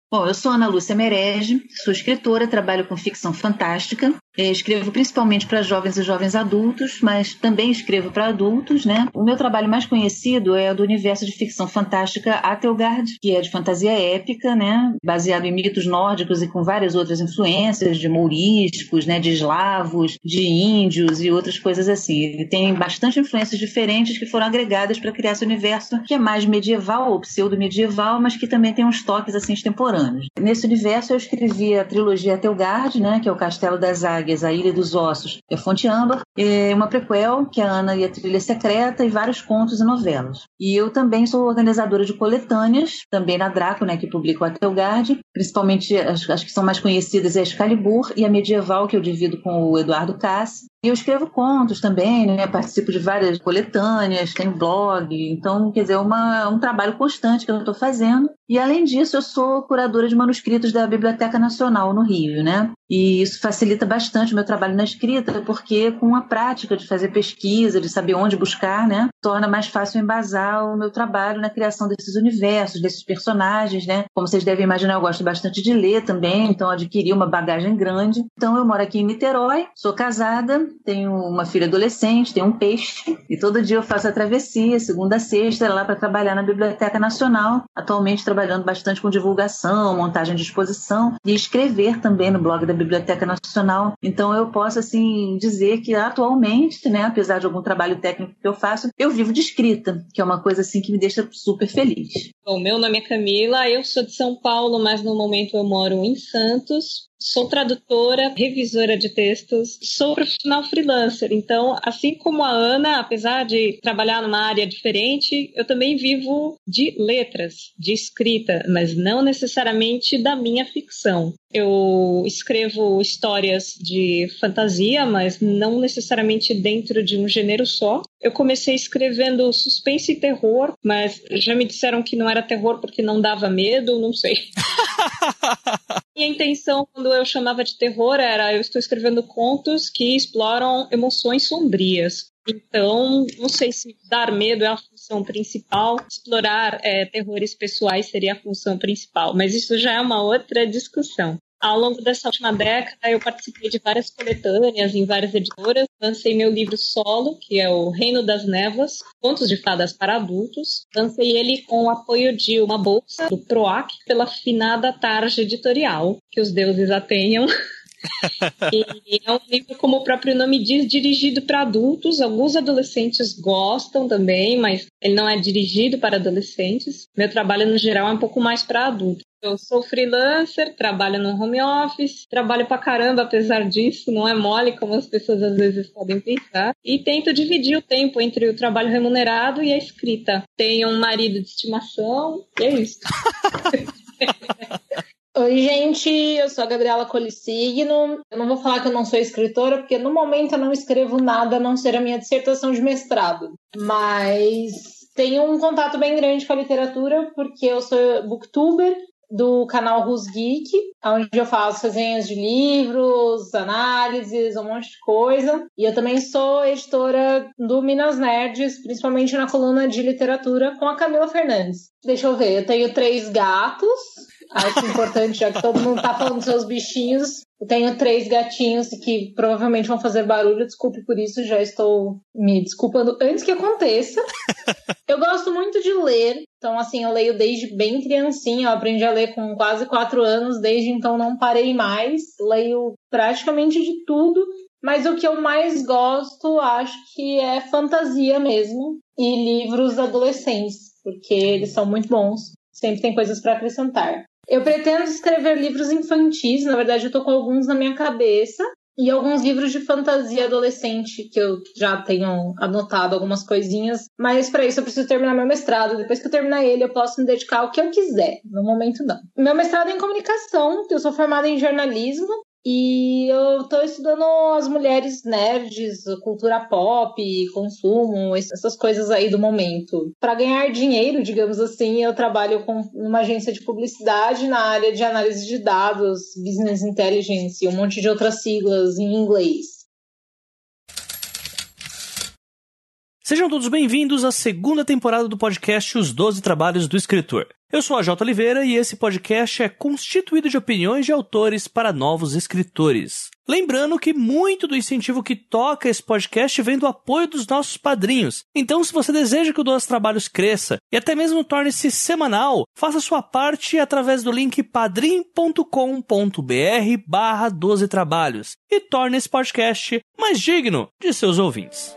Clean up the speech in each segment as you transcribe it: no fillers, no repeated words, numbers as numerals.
Bom, eu sou Ana Lúcia Merege, sou escritora, trabalho com ficção fantástica, escrevo principalmente para jovens e jovens adultos, mas também escrevo para adultos, né? O meu trabalho mais conhecido é o do universo de ficção fantástica Atelgard, que é de fantasia épica, né? Baseado em mitos nórdicos e com várias outras influências de mouriscos, né? De eslavos, de índios e outras coisas assim. Ele tem bastante influências diferentes que foram agregadas para criar esse universo que é mais medieval ou pseudo-medieval, mas que também tem uns toques assim extemporâneos. Nesse universo eu escrevi a trilogia Atelgard, né, que é o Castelo das Águias, a Ilha dos Ossos e a Fonte Âmbar, uma prequel, que é a Ana e a Trilha Secreta, e vários contos e novelas. E eu também sou organizadora de coletâneas, também na Draco, né, que publica o Atelgard, principalmente as que são mais conhecidas é a Excalibur e a Medieval, que eu divido com o Eduardo Cassi. E eu escrevo contos também, né? Participo de várias coletâneas, tenho blog, então, quer dizer, é um trabalho constante que eu estou fazendo. E, além disso, eu sou curadora de manuscritos da Biblioteca Nacional, no Rio, né? E isso facilita bastante o meu trabalho na escrita, porque com a prática de fazer pesquisa, de saber onde buscar, né? Torna mais fácil embasar o meu trabalho na criação desses universos, desses personagens, né? Como vocês devem imaginar, eu gosto bastante de ler também, então adquiri uma bagagem grande. Então, eu moro aqui em Niterói, sou casada, tenho uma filha adolescente, tenho um peixe, e todo dia eu faço a travessia, segunda a sexta, lá para trabalhar na Biblioteca Nacional, atualmente trabalhando bastante com divulgação, montagem de exposição e escrever também no blog da Biblioteca Nacional. Então eu posso, assim, dizer que atualmente, né, apesar de algum trabalho técnico que eu faço, eu vivo de escrita, que é uma coisa, assim, que me deixa super feliz. Bom, meu nome é Camila, eu sou de São Paulo, mas no momento eu moro em Santos. Sou tradutora, revisora de textos, sou profissional freelancer. Então, assim como a Ana, apesar de trabalhar numa área diferente, eu também vivo de letras, de escrita, mas não necessariamente da minha ficção. Eu escrevo histórias de fantasia, mas não necessariamente dentro de um gênero só. Eu comecei escrevendo suspense e terror, mas já me disseram que não era terror porque não dava medo, não sei. Minha intenção, quando eu chamava de terror, era eu estou escrevendo contos que exploram emoções sombrias. Então, não sei se dar medo é a função principal, explorar terrores pessoais seria a função principal, mas isso já é uma outra discussão. Ao longo dessa última década, eu participei de várias coletâneas em várias editoras. Lancei meu livro solo, que é O Reino das Névoas, Contos de Fadas para Adultos. Lancei ele com o apoio de uma bolsa do PROAC pela finada Tarja Editorial, que os deuses a tenham. E é um livro, como o próprio nome diz, dirigido para adultos. Alguns adolescentes gostam também, mas ele não é dirigido para adolescentes. Meu trabalho, no geral, é um pouco mais para adultos. Eu sou freelancer, trabalho no home office, trabalho pra caramba apesar disso, não é mole como as pessoas às vezes podem pensar, e tento dividir o tempo entre o trabalho remunerado e a escrita. Tenho um marido de estimação, e é isso. Oi, gente, eu sou a Gabriela Colissigno. Eu não vou falar que eu não sou escritora, porque no momento eu não escrevo nada a não ser a minha dissertação de mestrado. Mas tenho um contato bem grande com a literatura, porque eu sou booktuber do canal Who's Geek, onde eu faço resenhas de livros, análises, um monte de coisa. E eu também sou editora do Minas Nerds, principalmente na coluna de literatura, com a Camila Fernandes. Deixa eu ver, eu tenho 3 gatos. Acho importante, já que todo mundo tá falando dos seus bichinhos. Eu tenho 3 gatinhos que provavelmente vão fazer barulho. Desculpe por isso, já estou me desculpando antes que aconteça. Eu gosto muito de ler. Então, assim, eu leio desde bem criancinha. Eu aprendi a ler com quase 4 anos. Desde então, não parei mais. Leio praticamente de tudo. Mas o que eu mais gosto, acho que é fantasia mesmo. E livros adolescentes, porque eles são muito bons. Sempre tem coisas para acrescentar. Eu pretendo escrever livros infantis, na verdade eu tô com alguns na minha cabeça, e alguns livros de fantasia adolescente, que eu já tenho anotado algumas coisinhas, mas para isso eu preciso terminar meu mestrado. Depois que eu terminar ele, eu posso me dedicar ao que eu quiser. No momento, não. Meu mestrado é em comunicação, eu sou formada em jornalismo, e eu tô estudando as mulheres nerds, cultura pop, consumo, essas coisas aí do momento. Para ganhar dinheiro, digamos assim, eu trabalho com uma agência de publicidade na área de análise de dados, business intelligence e um monte de outras siglas em inglês. Sejam todos bem-vindos à segunda temporada do podcast Os 12 Trabalhos do Escritor. Eu sou a J. Oliveira e esse podcast é constituído de opiniões de autores para novos escritores. Lembrando que muito do incentivo que toca esse podcast vem do apoio dos nossos padrinhos. Então, se você deseja que o 12 Trabalhos cresça e até mesmo torne-se semanal, faça sua parte através do link padrim.com.br/12 Trabalhos e torne esse podcast mais digno de seus ouvintes.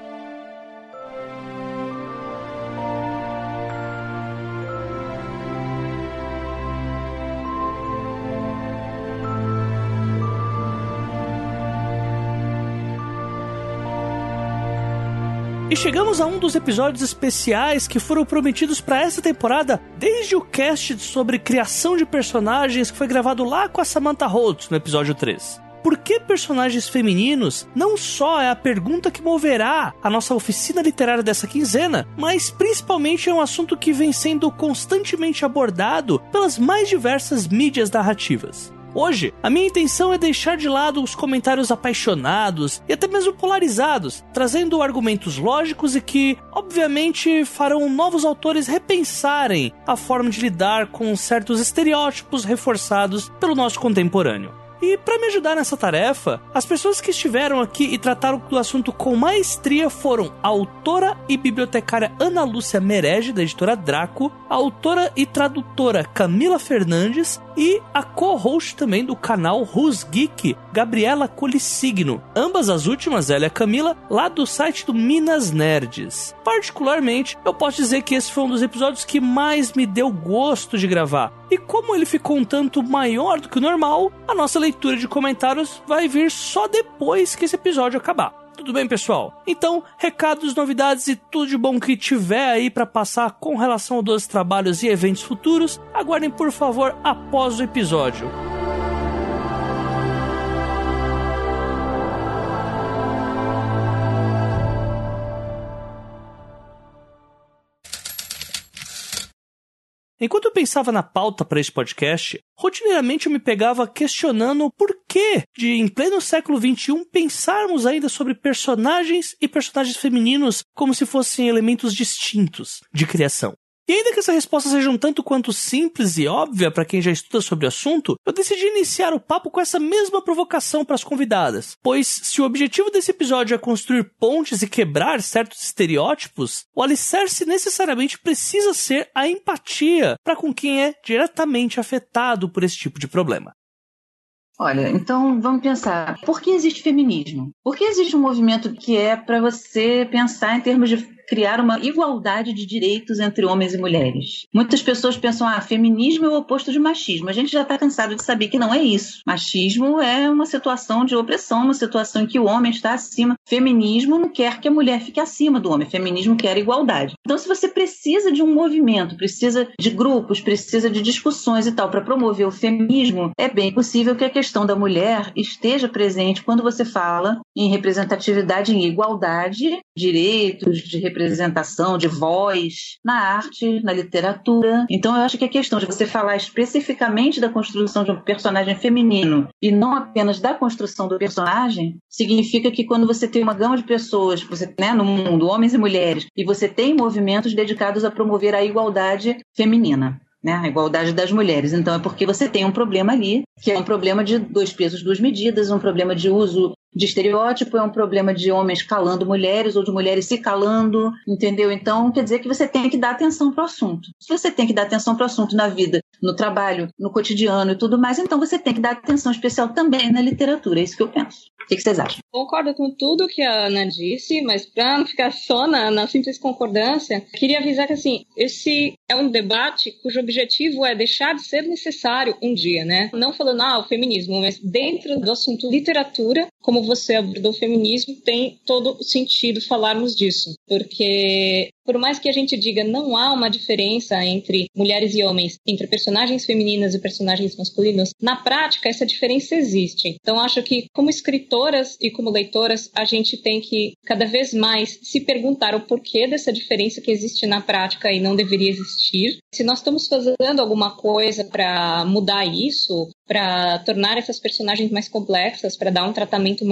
E chegamos a um dos episódios especiais que foram prometidos para essa temporada desde o cast sobre criação de personagens que foi gravado lá com a Samantha Holtz no episódio 3. Por que personagens femininos não só é a pergunta que moverá a nossa oficina literária dessa quinzena, mas principalmente é um assunto que vem sendo constantemente abordado pelas mais diversas mídias narrativas. Hoje, a minha intenção é deixar de lado os comentários apaixonados e até mesmo polarizados, trazendo argumentos lógicos e que, obviamente, farão novos autores repensarem a forma de lidar com certos estereótipos reforçados pelo nosso contemporâneo. E para me ajudar nessa tarefa, as pessoas que estiveram aqui e trataram do assunto com maestria foram a autora e bibliotecária Ana Lúcia Merege, da editora Draco, a autora e tradutora Camila Fernandes e a co-host também do canal Who's Geek, Gabriela Colissigno. Ambas as últimas, ela e a Camila, lá do site do Minas Nerds. Particularmente, eu posso dizer que esse foi um dos episódios que mais me deu gosto de gravar. E como ele ficou um tanto maior do que o normal, a nossa leitura de comentários vai vir só depois que esse episódio acabar. Tudo bem, pessoal? Então, recados, novidades e tudo de bom que tiver aí para passar com relação a 12 trabalhos e eventos futuros, aguardem, por favor, após o episódio. Enquanto eu pensava na pauta para esse podcast, rotineiramente eu me pegava questionando o porquê de, em pleno século XXI, pensarmos ainda sobre personagens e personagens femininos como se fossem elementos distintos de criação. E ainda que essa resposta seja um tanto quanto simples e óbvia para quem já estuda sobre o assunto, eu decidi iniciar o papo com essa mesma provocação para as convidadas. Pois, se o objetivo desse episódio é construir pontes e quebrar certos estereótipos, o alicerce necessariamente precisa ser a empatia para com quem é diretamente afetado por esse tipo de problema. Olha, então vamos pensar, por que existe feminismo? Por que existe um movimento que é para você pensar em termos de criar uma igualdade de direitos entre homens e mulheres? Muitas pessoas pensam, feminismo é o oposto de machismo. A gente já está cansado de saber que não é isso. Machismo é uma situação de opressão, uma situação em que o homem está acima. Feminismo não quer que a mulher fique acima do homem. Feminismo quer igualdade. Então, se você precisa de um movimento, precisa de grupos, precisa de discussões e tal para promover o feminismo, é bem possível que a questão da mulher esteja presente quando você fala em representatividade, em igualdade, direitos de representação, de voz, na arte, na literatura. Então eu acho que a questão de você falar especificamente da construção de um personagem feminino e não apenas da construção do personagem, significa que quando você tem uma gama de pessoas no mundo, homens e mulheres, e você tem movimentos dedicados a promover a igualdade feminina, a igualdade das mulheres. Então é porque você tem um problema ali, que é um problema de 2 pesos, 2 medidas, um problema de uso de estereótipo, é um problema de homens calando mulheres ou de mulheres se calando, entendeu? Então quer dizer que você tem que dar atenção para o assunto. Se você tem que dar atenção para o assunto na vida, no trabalho, no cotidiano e tudo mais, então você tem que dar atenção especial também na literatura. É isso que eu penso. O que vocês acham? Concordo com tudo que a Ana disse, mas para não ficar só na simples concordância, queria avisar que esse é um debate cujo objetivo é deixar de ser necessário um dia, né? Não falando, o feminismo, mas dentro do assunto literatura, como você abordou o feminismo, tem todo o sentido falarmos disso. Porque, por mais que a gente diga não há uma diferença entre mulheres e homens, entre personagens femininas e personagens masculinos, na prática essa diferença existe. Então acho que como escritoras e como leitoras, a gente tem que cada vez mais se perguntar o porquê dessa diferença que existe na prática e não deveria existir. Se nós estamos fazendo alguma coisa para mudar isso, para tornar essas personagens mais complexas, para dar um tratamento mais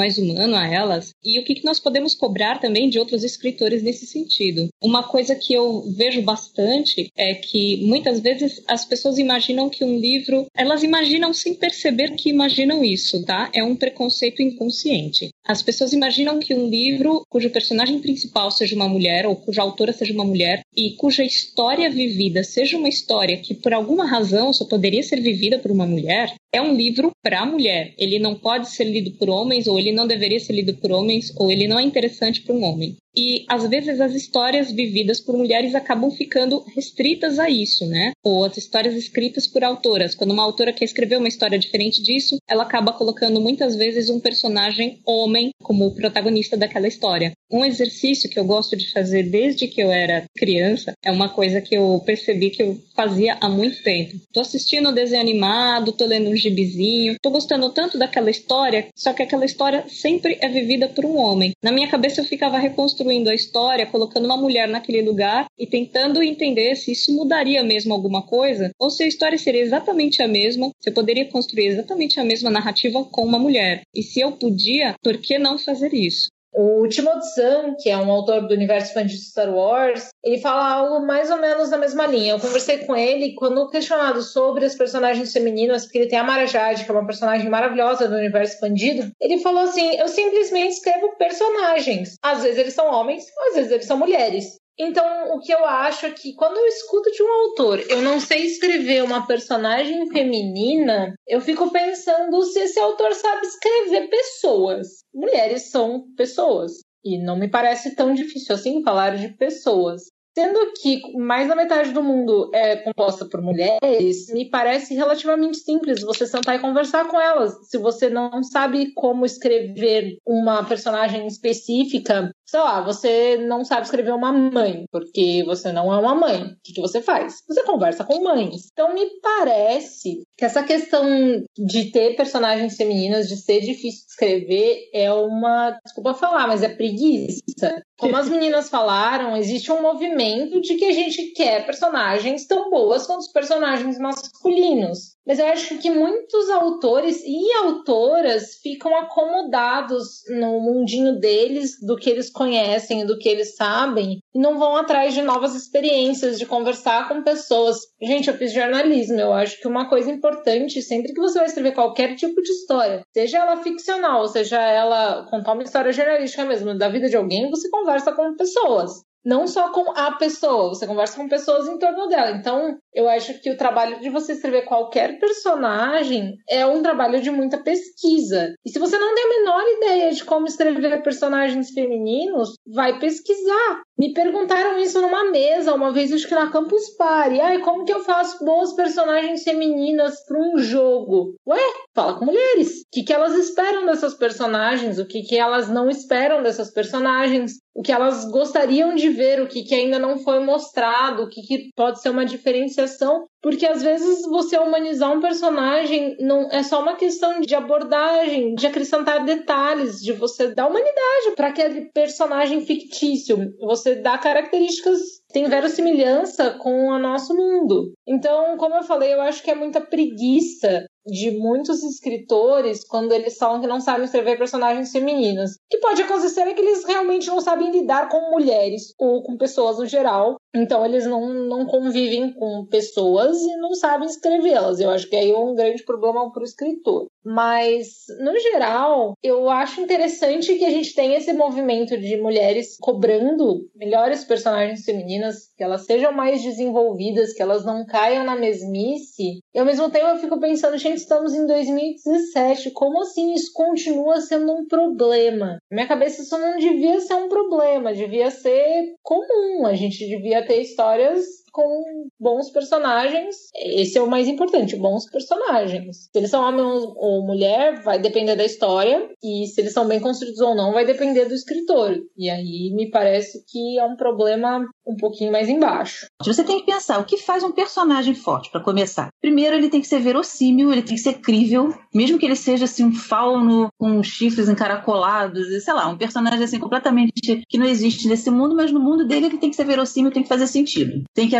mais humano a elas e o que nós podemos cobrar também de outros escritores nesse sentido. Uma coisa que eu vejo bastante é que muitas vezes as pessoas imaginam que um livro, elas imaginam sem perceber que imaginam isso, tá? É um preconceito inconsciente. As pessoas imaginam que um livro cujo personagem principal seja uma mulher ou cuja autora seja uma mulher e cuja história vivida seja uma história que por alguma razão só poderia ser vivida por uma mulher, é um livro para mulher. Ele não pode ser lido por homens, ou ele não deveria ser lido por homens, ou ele não é interessante para um homem. E, às vezes, as histórias vividas por mulheres acabam ficando restritas a isso, né? Ou as histórias escritas por autoras. Quando uma autora quer escrever uma história diferente disso, ela acaba colocando, muitas vezes, um personagem homem como o protagonista daquela história. Um exercício que eu gosto de fazer desde que eu era criança, é uma coisa que eu percebi que eu fazia há muito tempo. Tô assistindo um desenho animado, tô lendo um gibizinho, tô gostando tanto daquela história, só que aquela história sempre é vivida por um homem. Na minha cabeça eu ficava reconstruindo a história, colocando uma mulher naquele lugar e tentando entender se isso mudaria mesmo alguma coisa, ou se a história seria exatamente a mesma, se eu poderia construir exatamente a mesma narrativa com uma mulher. E se eu podia, por que não fazer isso? O Timothy Zahn, que é um autor do universo expandido de Star Wars, ele fala algo mais ou menos na mesma linha. Eu conversei com ele quando questionado sobre as personagens femininas, porque ele tem a Mara Jade, que é uma personagem maravilhosa do universo expandido. Ele falou assim, eu simplesmente escrevo personagens. Às vezes eles são homens, às vezes eles são mulheres. Então, o que eu acho é que quando eu escuto de um autor, eu não sei escrever uma personagem feminina, eu fico pensando se esse autor sabe escrever pessoas. Mulheres são pessoas. E não me parece tão difícil assim falar de pessoas. Sendo que mais da metade do mundo é composta por mulheres, me parece relativamente simples você sentar e conversar com elas. Se você não sabe como escrever uma personagem específica, sei lá, você não sabe escrever uma mãe, porque você não é uma mãe. O que você faz? Você conversa com mães. Então me parece que essa questão de ter personagens femininas, de ser difícil de escrever, é uma, desculpa falar, mas é preguiça. Como as meninas falaram, existe um movimento de que a gente quer personagens tão boas quanto os personagens masculinos. Mas eu acho que muitos autores e autoras ficam acomodados no mundinho deles, do que eles conhecem, do que eles sabem, e não vão atrás de novas experiências, de conversar com pessoas. Gente, eu fiz jornalismo, eu acho que uma coisa importante, sempre que você vai escrever qualquer tipo de história, seja ela ficcional, seja ela contar uma história jornalística mesmo, da vida de alguém, você conversa com pessoas. Não só com a pessoa, você conversa com pessoas em torno dela. Então, eu acho que o trabalho de você escrever qualquer personagem é um trabalho de muita pesquisa. E se você não tem a menor ideia de como escrever personagens femininos, vai pesquisar. Me perguntaram isso numa mesa, uma vez, acho que na Campus Party. Como que eu faço boas personagens femininas para um jogo? Ué, fala com mulheres. O que elas esperam dessas personagens? O que elas não esperam dessas personagens? O que elas gostariam de ver, o que ainda não foi mostrado, o que pode ser uma diferenciação. Porque às vezes você humanizar um personagem não é só uma questão de abordagem, de acrescentar detalhes, de você dar humanidade para aquele personagem fictício. Você dá características que têm verossimilhança com o nosso mundo. Então, como eu falei, eu acho que é muita preguiça de muitos escritores quando eles falam que não sabem escrever personagens femininas. O que pode acontecer é que eles realmente não sabem lidar com mulheres ou com pessoas no geral. Então eles não convivem com pessoas e não sabem escrevê-las. Eu acho que aí é um grande problema para o escritor. Mas, no geral, eu acho interessante que a gente tenha esse movimento de mulheres cobrando melhores personagens femininas, que elas sejam mais desenvolvidas, que elas não caiam na mesmice. E ao mesmo tempo eu fico pensando, gente, estamos em 2017, como assim isso continua sendo um problema? Na minha cabeça isso não devia ser um problema, devia ser comum, a gente devia ter histórias com bons personagens. Esse é o mais importante, bons personagens. Se eles são homem ou mulher, vai depender da história, e se eles são bem construídos ou não, vai depender do escritor. E aí me parece que é um problema um pouquinho mais embaixo. Você tem que pensar, o que faz um personagem forte, para começar? Primeiro, ele tem que ser verossímil, ele tem que ser crível, mesmo que ele seja assim, um fauno com chifres encaracolados, sei lá, um personagem assim completamente que não existe nesse mundo, mas no mundo dele ele tem que ser verossímil, tem que fazer sentido. Tem que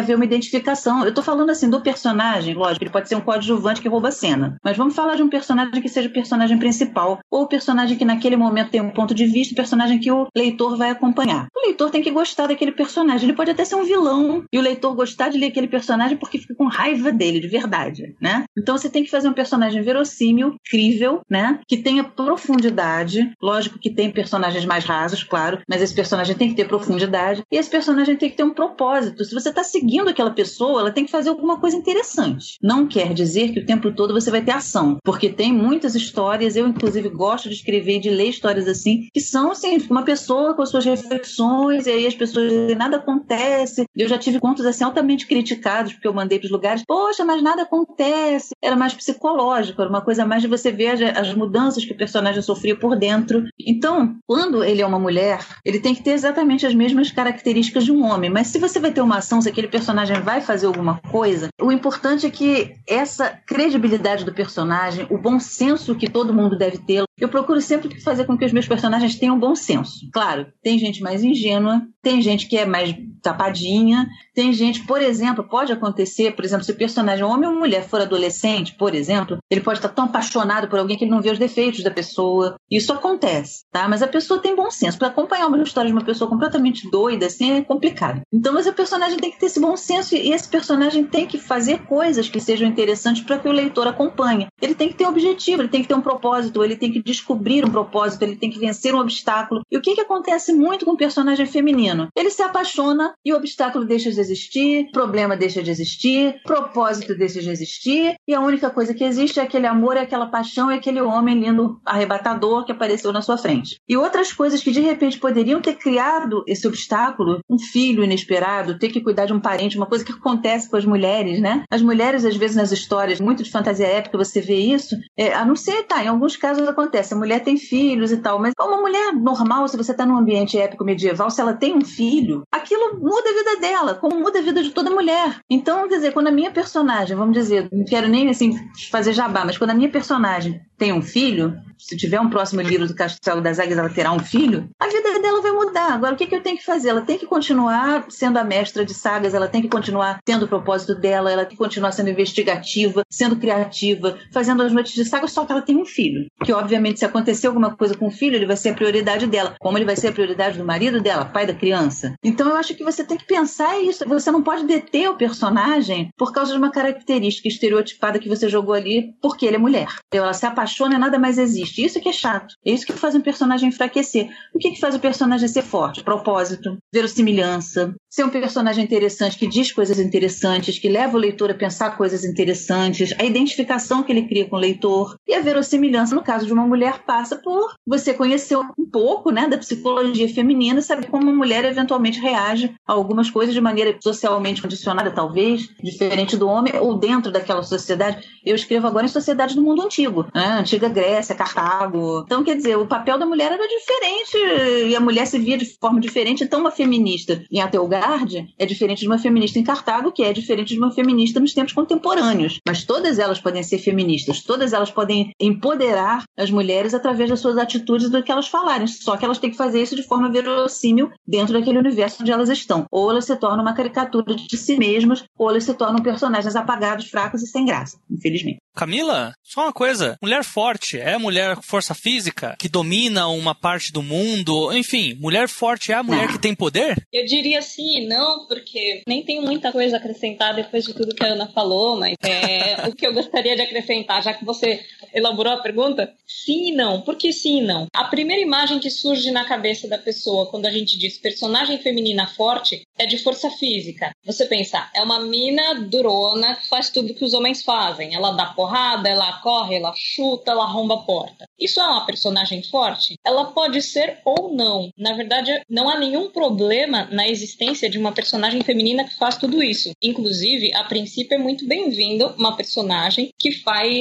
haver uma identificação. Eu tô falando assim do personagem, lógico, ele pode ser um coadjuvante que rouba a cena, mas vamos falar de um personagem que seja o personagem principal, ou o personagem que naquele momento tem um ponto de vista, o personagem que o leitor vai acompanhar. O leitor tem que gostar daquele personagem, ele pode até ser um vilão, e o leitor gostar de ler aquele personagem porque fica com raiva dele, de verdade, né? Então você tem que fazer um personagem verossímil, crível, né? Que tenha profundidade, lógico que tem personagens mais rasos, claro, mas esse personagem tem que ter profundidade, e esse personagem tem que ter um propósito. Se você está seguindo aquela pessoa, ela tem que fazer alguma coisa interessante. Não quer dizer que o tempo todo você vai ter ação, porque tem muitas histórias, eu inclusive gosto de escrever e de ler histórias assim, que são assim, uma pessoa com suas reflexões, e aí as pessoas dizem, nada acontece. Eu já tive contos assim altamente criticados, porque eu mandei para os lugares, poxa, mas nada acontece. Era mais psicológico, era uma coisa mais de você ver as mudanças que o personagem sofria por dentro. Então, quando ele é uma mulher, ele tem que ter exatamente as mesmas características de um homem, mas se você vai ter uma ação, se aquele personagem vai fazer alguma coisa, o importante é que essa credibilidade do personagem, o bom senso que todo mundo deve ter, eu procuro sempre fazer com que os meus personagens tenham bom senso. Claro, tem gente mais ingênua, tem gente que é mais tapadinha, tem gente, por exemplo, pode acontecer, por exemplo, se o personagem, homem ou mulher, for adolescente, por exemplo, ele pode estar tão apaixonado por alguém que ele não vê os defeitos da pessoa. Isso acontece, tá? Mas a pessoa tem bom senso. Para acompanhar uma história de uma pessoa completamente doida, assim, é complicado. Então, esse personagem tem que ter esse bom senso e esse personagem tem que fazer coisas que sejam interessantes para que o leitor acompanhe. Ele tem que ter um objetivo, ele tem que ter um propósito, ele tem que descobrir um propósito, ele tem que vencer um obstáculo. E o que acontece muito com o personagem feminino? Ele se apaixona e o obstáculo deixa de existir, o problema deixa de existir, o propósito deixa de existir, e a única coisa que existe é aquele amor, é aquela paixão, é aquele homem lindo, arrebatador que apareceu na sua frente. E outras coisas que de repente poderiam ter criado esse obstáculo, um filho inesperado, ter que cuidar de um parente, uma coisa que acontece com as mulheres, né? As mulheres, às vezes, nas histórias, muito de fantasia épica, você vê isso, a não ser, tá, em alguns casos acontece, a mulher tem filhos e tal, mas uma mulher normal, se você está num ambiente épico medieval, se ela tem um filho, aquilo muda a vida dela, como muda a vida de toda mulher. Então, quer dizer, quando a minha personagem, vamos dizer, não quero nem assim fazer jabá, mas quando a minha personagem tem um filho, se tiver um próximo livro do Castelo das Águias, ela terá um filho, a vida dela vai mudar. Agora, o que eu tenho que fazer? Ela tem que continuar sendo a mestra de sagas, ela tem que continuar tendo o propósito dela, ela tem que continuar sendo investigativa, sendo criativa, fazendo as noites de saga, só que ela tem um filho. Que, obviamente, se acontecer alguma coisa com o filho, ele vai ser a prioridade dela, como ele vai ser a prioridade do marido dela, pai da criança. Então, eu acho que você tem que pensar isso. Você não pode deter o personagem por causa de uma característica estereotipada que você jogou ali porque ele é mulher. Ela se apaixona e nada mais existe. Isso que é chato. É isso que faz um personagem enfraquecer. O que faz o personagem ser forte? Propósito, verossimilhança, ser um personagem interessante que diz coisas interessantes, que leva o leitor a pensar coisas interessantes, a identificação que ele cria com o leitor e a verossimilhança, no caso de uma mulher, passa por você conhecer um pouco, né, da psicologia feminina, saber como uma mulher eventualmente reage a algumas coisas de maneira socialmente condicionada, talvez, diferente do homem ou dentro daquela sociedade. Eu escrevo agora em sociedades do mundo antigo, né? Antiga Grécia, Cartago. Então, quer dizer, o papel da mulher era diferente e a mulher se via de forma diferente. Então, uma feminista em Atelgard é diferente de uma feminista em Cartago, que é diferente de uma feminista nos tempos contemporâneos. Mas todas elas podem ser feministas, todas elas podem empoderar as mulheres através das suas atitudes e do que elas falarem. Só que elas têm que fazer isso de forma verossímil dentro daquele universo onde elas estão. Ou elas se tornam uma caricatura de si mesmas, ou elas se tornam personagens apagados, fracos e sem graça, infelizmente. Camila, só uma coisa. Mulher forte é a mulher com força física que domina uma parte do mundo? Enfim, mulher forte é a mulher que tem poder? Eu diria sim e não, porque nem tenho muita coisa a acrescentar depois de tudo que a Ana falou, mas o que eu gostaria de acrescentar, já que você elaborou a pergunta, sim e não. Por que sim e não? A primeira imagem que surge na cabeça da pessoa quando a gente diz personagem feminina forte é de força física. Você pensa, é uma mina durona que faz tudo que os homens fazem. Ela dá porrada, ela corre, ela chuta, ela arromba a porta. Isso é uma personagem forte? Ela pode ser ou não. Na verdade, não há nenhum problema na existência de uma personagem feminina que faz tudo isso. Inclusive, a princípio é muito bem-vindo uma personagem que faz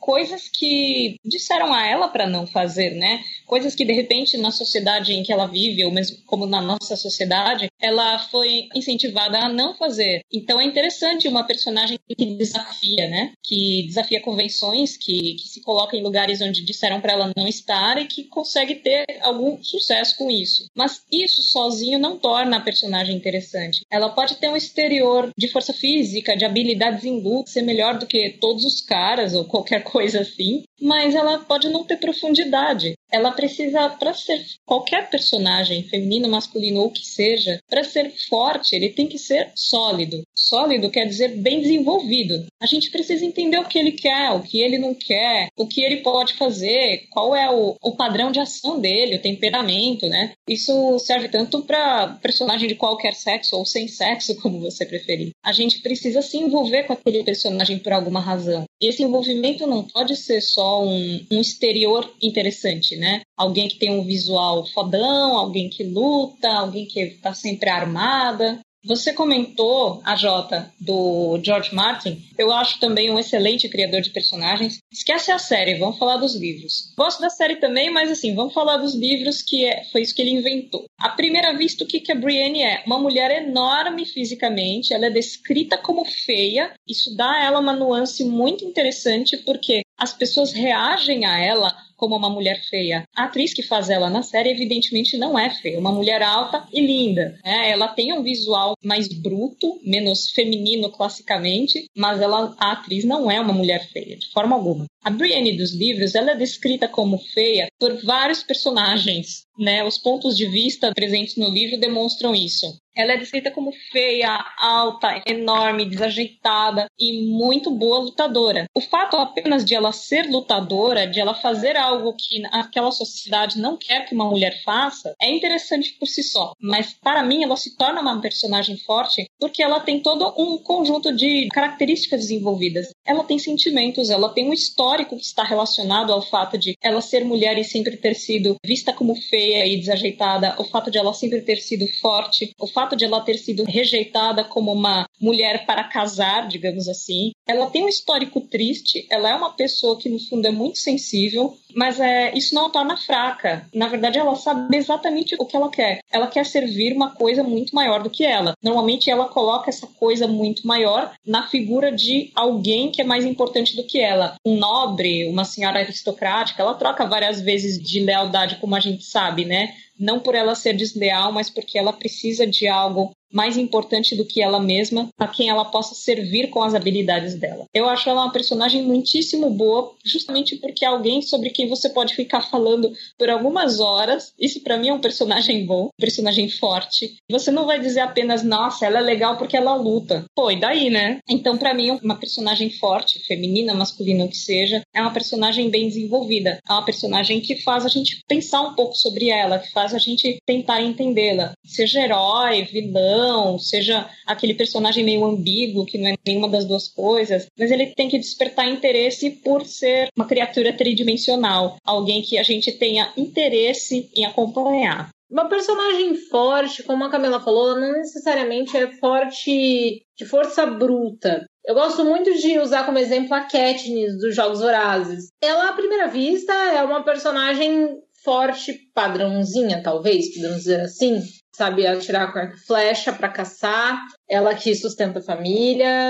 coisas que disseram a ela para não fazer, né? Coisas que, de repente, na sociedade em que ela vive, ou mesmo como na nossa sociedade, ela foi incentivada a não fazer. Então é interessante uma personagem que desafia, né? Que desafia convenções, que se coloca em lugares onde disseram para ela não estar e que consegue ter algum sucesso com isso. Mas isso sozinho não torna a personagem interessante. Ela pode ter um exterior de força física, de habilidades em luta, ser melhor do que todos os caras ou qualquer coisa assim, mas ela pode não ter profundidade. Ela precisa, para ser qualquer personagem, feminino, masculino ou que seja, para ser forte, ele tem que ser sólido. Sólido quer dizer bem desenvolvido. A gente precisa entender o que ele quer, o que ele não quer, o que ele pode fazer, qual é o padrão de ação dele, o temperamento, né? Isso serve tanto para personagem de qualquer sexo ou sem sexo, como você preferir. A gente precisa se envolver com aquele personagem por alguma razão. E esse envolvimento não pode ser só um exterior interessante, né? Alguém que tem um visual fodão, alguém que luta, alguém que está sempre armada. Você comentou, a Jota, do George Martin. Eu acho também um excelente criador de personagens. Esquece a série, vamos falar dos livros. Gosto da série também, mas assim, vamos falar dos livros, que foi isso que ele inventou. À primeira vista, o que a Brienne é? Uma mulher enorme fisicamente, ela é descrita como feia. Isso dá a ela uma nuance muito interessante, porque as pessoas reagem a ela como uma mulher feia. A atriz que faz ela na série, evidentemente, não é feia. Uma mulher alta e linda, né? Ela tem um visual mais bruto, menos feminino classicamente, mas a atriz não é uma mulher feia, de forma alguma. A Brienne dos livros, ela é descrita como feia por vários personagens, né? Os pontos de vista presentes no livro demonstram isso. Ela é descrita como feia, alta, enorme, desajeitada e muito boa lutadora. O fato apenas de ela ser lutadora, de ela fazer algo que aquela sociedade não quer que uma mulher faça, é interessante por si só. Mas, para mim, ela se torna uma personagem forte porque ela tem todo um conjunto de características desenvolvidas. Ela tem sentimentos, ela tem um histórico que está relacionado ao fato de ela ser mulher e sempre ter sido vista como feia e desajeitada, o fato de ela sempre ter sido forte, o fato de ela ter sido rejeitada como uma mulher para casar, digamos assim. Ela tem um histórico triste, ela é uma pessoa que no fundo é muito sensível, mas isso não a torna fraca. Na verdade, ela sabe exatamente o que ela quer. Ela quer servir uma coisa muito maior do que ela. Normalmente, ela coloca essa coisa muito maior na figura de alguém que é mais importante do que ela. Um nobre, uma senhora aristocrática, ela troca várias vezes de lealdade, como a gente sabe, né? Não por ela ser desleal, mas porque ela precisa de algo mais importante do que ela mesma, a quem ela possa servir com as habilidades dela. Eu acho ela uma personagem muitíssimo boa, justamente porque é alguém sobre quem você pode ficar falando por algumas horas. Isso pra mim é um personagem bom, um personagem forte. Você não vai dizer apenas, nossa, ela é legal porque ela luta. Pô, e daí, né? Então, pra mim, uma personagem forte, feminina, masculina, o que seja, é uma personagem bem desenvolvida. É uma personagem que faz a gente pensar um pouco sobre ela, que faz a gente tentar entendê-la. Seja herói, vilão, seja aquele personagem meio ambíguo, que não é nenhuma das duas coisas, mas ele tem que despertar interesse por ser uma criatura tridimensional, alguém que a gente tenha interesse em acompanhar. Uma personagem forte, como a Camila falou, não necessariamente é forte de força bruta. Eu gosto muito de usar como exemplo a Katniss dos Jogos Vorazes. Ela, à primeira vista, é uma personagem forte, padrãozinha, talvez, podemos dizer assim. Sabe atirar com arco e flecha para caçar. Ela que sustenta a família,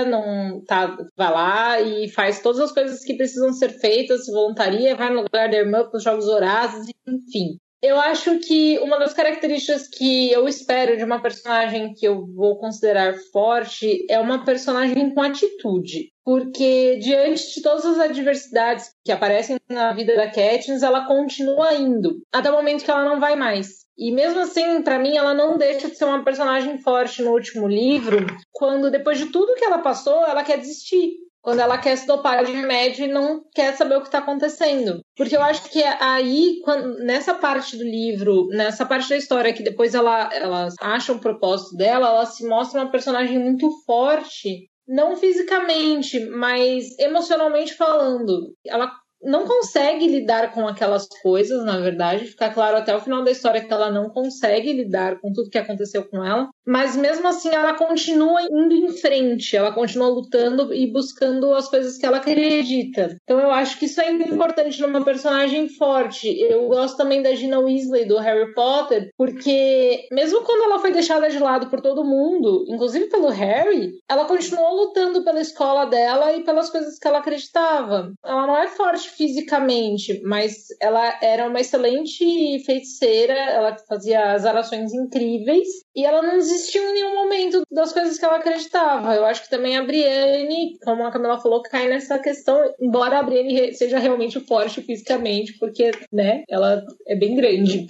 vai lá e faz todas as coisas que precisam ser feitas, se voluntaria, vai no lugar da irmã para os Jogos Vorazes, enfim. Eu acho que uma das características que eu espero de uma personagem que eu vou considerar forte é uma personagem com atitude. Porque diante de todas as adversidades que aparecem na vida da Katniss, ela continua indo, até o momento que ela não vai mais. E mesmo assim, pra mim, ela não deixa de ser uma personagem forte no último livro, quando depois de tudo que ela passou, ela quer desistir. Quando ela quer se dopar de remédio e não quer saber o que está acontecendo. Porque eu acho que aí, nessa parte do livro, nessa parte da história, que depois ela acha o propósito dela, ela se mostra uma personagem muito forte, não fisicamente, mas emocionalmente falando. Ela não consegue lidar com aquelas coisas, na verdade. Fica claro até o final da história que ela não consegue lidar com tudo que aconteceu com ela. Mas mesmo assim, ela continua indo em frente. Ela continua lutando e buscando as coisas que ela acredita. Então eu acho que isso é importante numa personagem forte. Eu gosto também da Gina Weasley, do Harry Potter, porque mesmo quando ela foi deixada de lado por todo mundo, inclusive pelo Harry, ela continuou lutando pela escola dela e pelas coisas que ela acreditava. Ela não é forte fisicamente, mas ela era uma excelente feiticeira, ela fazia azarações incríveis e ela não desistiu em nenhum momento das coisas que ela acreditava. Eu acho que também a Brienne, como a Camila falou, cai nessa questão, embora a Brienne seja realmente forte fisicamente, porque, né, ela é bem grande.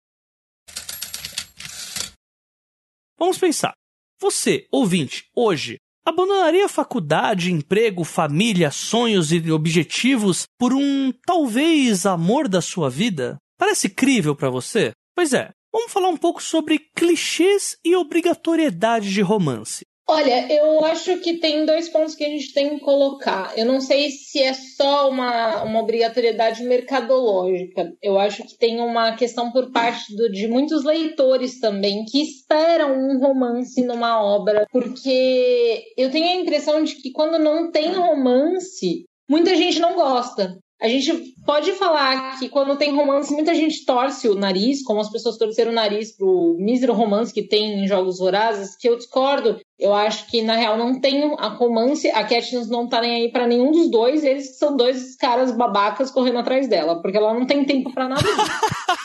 Vamos pensar. Você, ouvinte, hoje, abandonaria faculdade, emprego, família, sonhos e objetivos por um, talvez, amor da sua vida? Parece crível pra você? Pois é, vamos falar um pouco sobre clichês e obrigatoriedade de romance. Olha, eu acho que tem 2 pontos que a gente tem que colocar. Eu não sei se é só uma obrigatoriedade mercadológica. Eu acho que tem uma questão por parte de muitos leitores também que esperam um romance numa obra, porque eu tenho a impressão de que quando não tem romance, muita gente não gosta. A gente pode falar que quando tem romance, muita gente torce o nariz, como as pessoas torceram o nariz pro mísero romance que tem em Jogos Vorazes, que eu discordo. Eu acho que, na real, não tem a romance, a Katniss não tá nem aí pra nenhum dos dois, eles são 2 caras babacas correndo atrás dela, porque ela não tem tempo pra nada disso.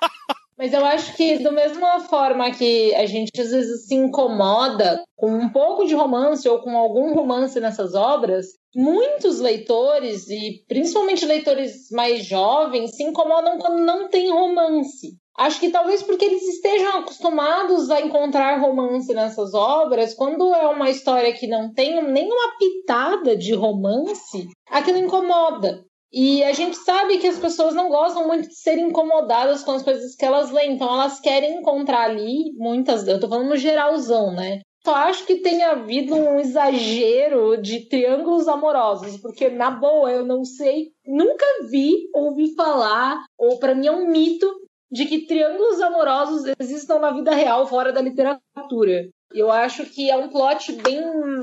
Mas eu acho que, da mesma forma que a gente às vezes se incomoda com um pouco de romance ou com algum romance nessas obras, muitos leitores, e principalmente leitores mais jovens, se incomodam quando não tem romance. Acho que talvez porque eles estejam acostumados a encontrar romance nessas obras, quando é uma história que não tem nenhuma pitada de romance, aquilo incomoda. E a gente sabe que as pessoas não gostam muito de serem incomodadas com as coisas que elas leem, então elas querem encontrar ali muitas, eu tô falando no geralzão, né? Só acho que tem havido um exagero de triângulos amorosos, porque na boa eu não sei, nunca ouvi falar, ou pra mim é um mito, de que triângulos amorosos existam na vida real fora da literatura. Eu acho que é um plot bem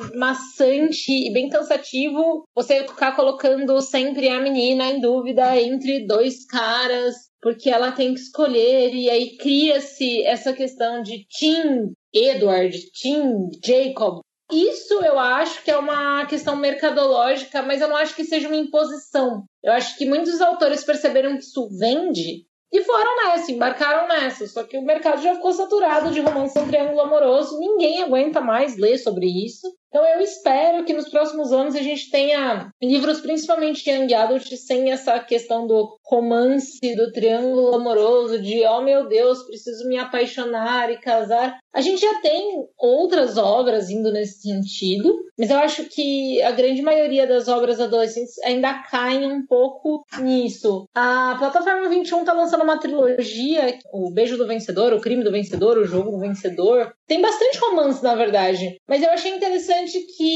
maçante e bem cansativo você ficar colocando sempre a menina em dúvida entre 2 caras, porque ela tem que escolher, e aí cria-se essa questão de Team Edward, Team Jacob. Isso eu acho que é uma questão mercadológica, mas eu não acho que seja uma imposição. Eu acho que muitos autores perceberam que isso vende e foram nessa, embarcaram nessa. Só que o mercado já ficou saturado de romance em triângulo amoroso. Ninguém aguenta mais ler sobre isso. Então eu espero que nos próximos anos a gente tenha livros, principalmente Young Adult, sem essa questão do romance, do triângulo amoroso, de oh meu Deus, preciso me apaixonar e casar. A gente já tem outras obras indo nesse sentido, mas eu acho que a grande maioria das obras adolescentes ainda caem um pouco nisso. A Plataforma 21 está lançando uma trilogia, O Beijo do Vencedor, O Crime do Vencedor, O Jogo do Vencedor. Tem bastante romance, na verdade, mas eu achei interessante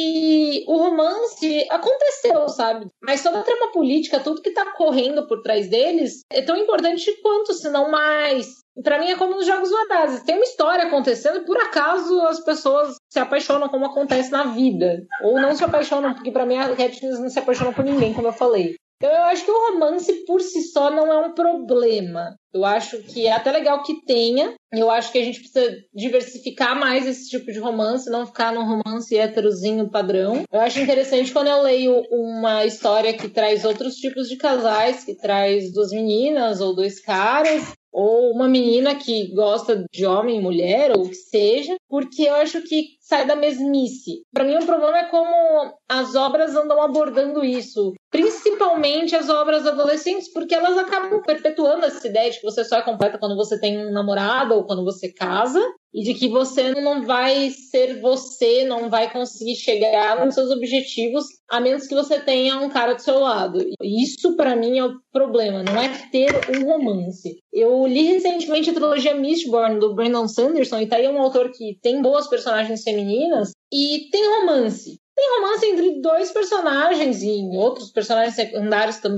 que o romance aconteceu, sabe? Mas toda a trama política, tudo que tá correndo por trás deles, é tão importante quanto, se não mais. Pra mim é como nos Jogos Vorazes. Tem uma história acontecendo e por acaso as pessoas se apaixonam como acontece na vida. Ou não se apaixonam, porque pra mim a Katniss não se apaixona por ninguém, como eu falei. Então eu acho que o romance por si só não é um problema. Eu acho que é até legal que tenha. Eu acho que a gente precisa diversificar mais esse tipo de romance, não ficar num romance héterozinho padrão. Eu acho interessante quando eu leio uma história que traz outros tipos de casais, que traz 2 meninas ou 2 caras, ou uma menina que gosta de homem e mulher, ou o que seja, porque eu acho que sai da mesmice. Para mim, o problema é como as obras andam abordando isso, principalmente as obras adolescentes, porque elas acabam perpetuando essa ideia de que você só é completa quando você tem um namorado ou quando você casa, e de que você não vai ser você, não vai conseguir chegar nos seus objetivos, a menos que você tenha um cara do seu lado. Isso, para mim, é o problema, não é ter um romance. Eu li recentemente a trilogia Mistborn, do Brandon Sanderson, e tá aí um autor que tem boas personagens femininas, e tem romance. Tem romance entre 2 personagens e outros personagens secundários também,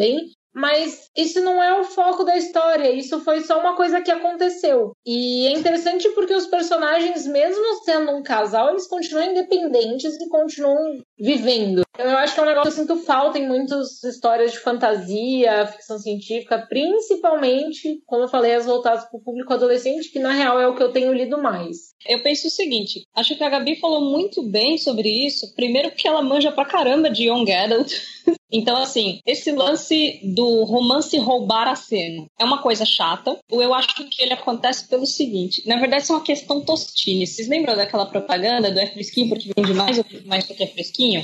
mas isso não é o foco da história, isso foi só uma coisa que aconteceu. E é interessante porque os personagens, mesmo sendo um casal, eles continuam independentes e continuam vivendo. Eu acho que é um negócio que eu sinto falta em muitas histórias de fantasia, ficção científica, principalmente, como eu falei, as voltadas para o público adolescente, que na real é o que eu tenho lido mais. Eu penso o seguinte, acho que a Gabi falou muito bem sobre isso, primeiro porque ela manja pra caramba de Young Adult. Então, assim, esse lance do romance roubar a cena é uma coisa chata. Eu acho que ele acontece pelo seguinte, na verdade isso é uma questão Tostini. Vocês lembram daquela propaganda do é fresquinho porque vende mais porque é fresquinho?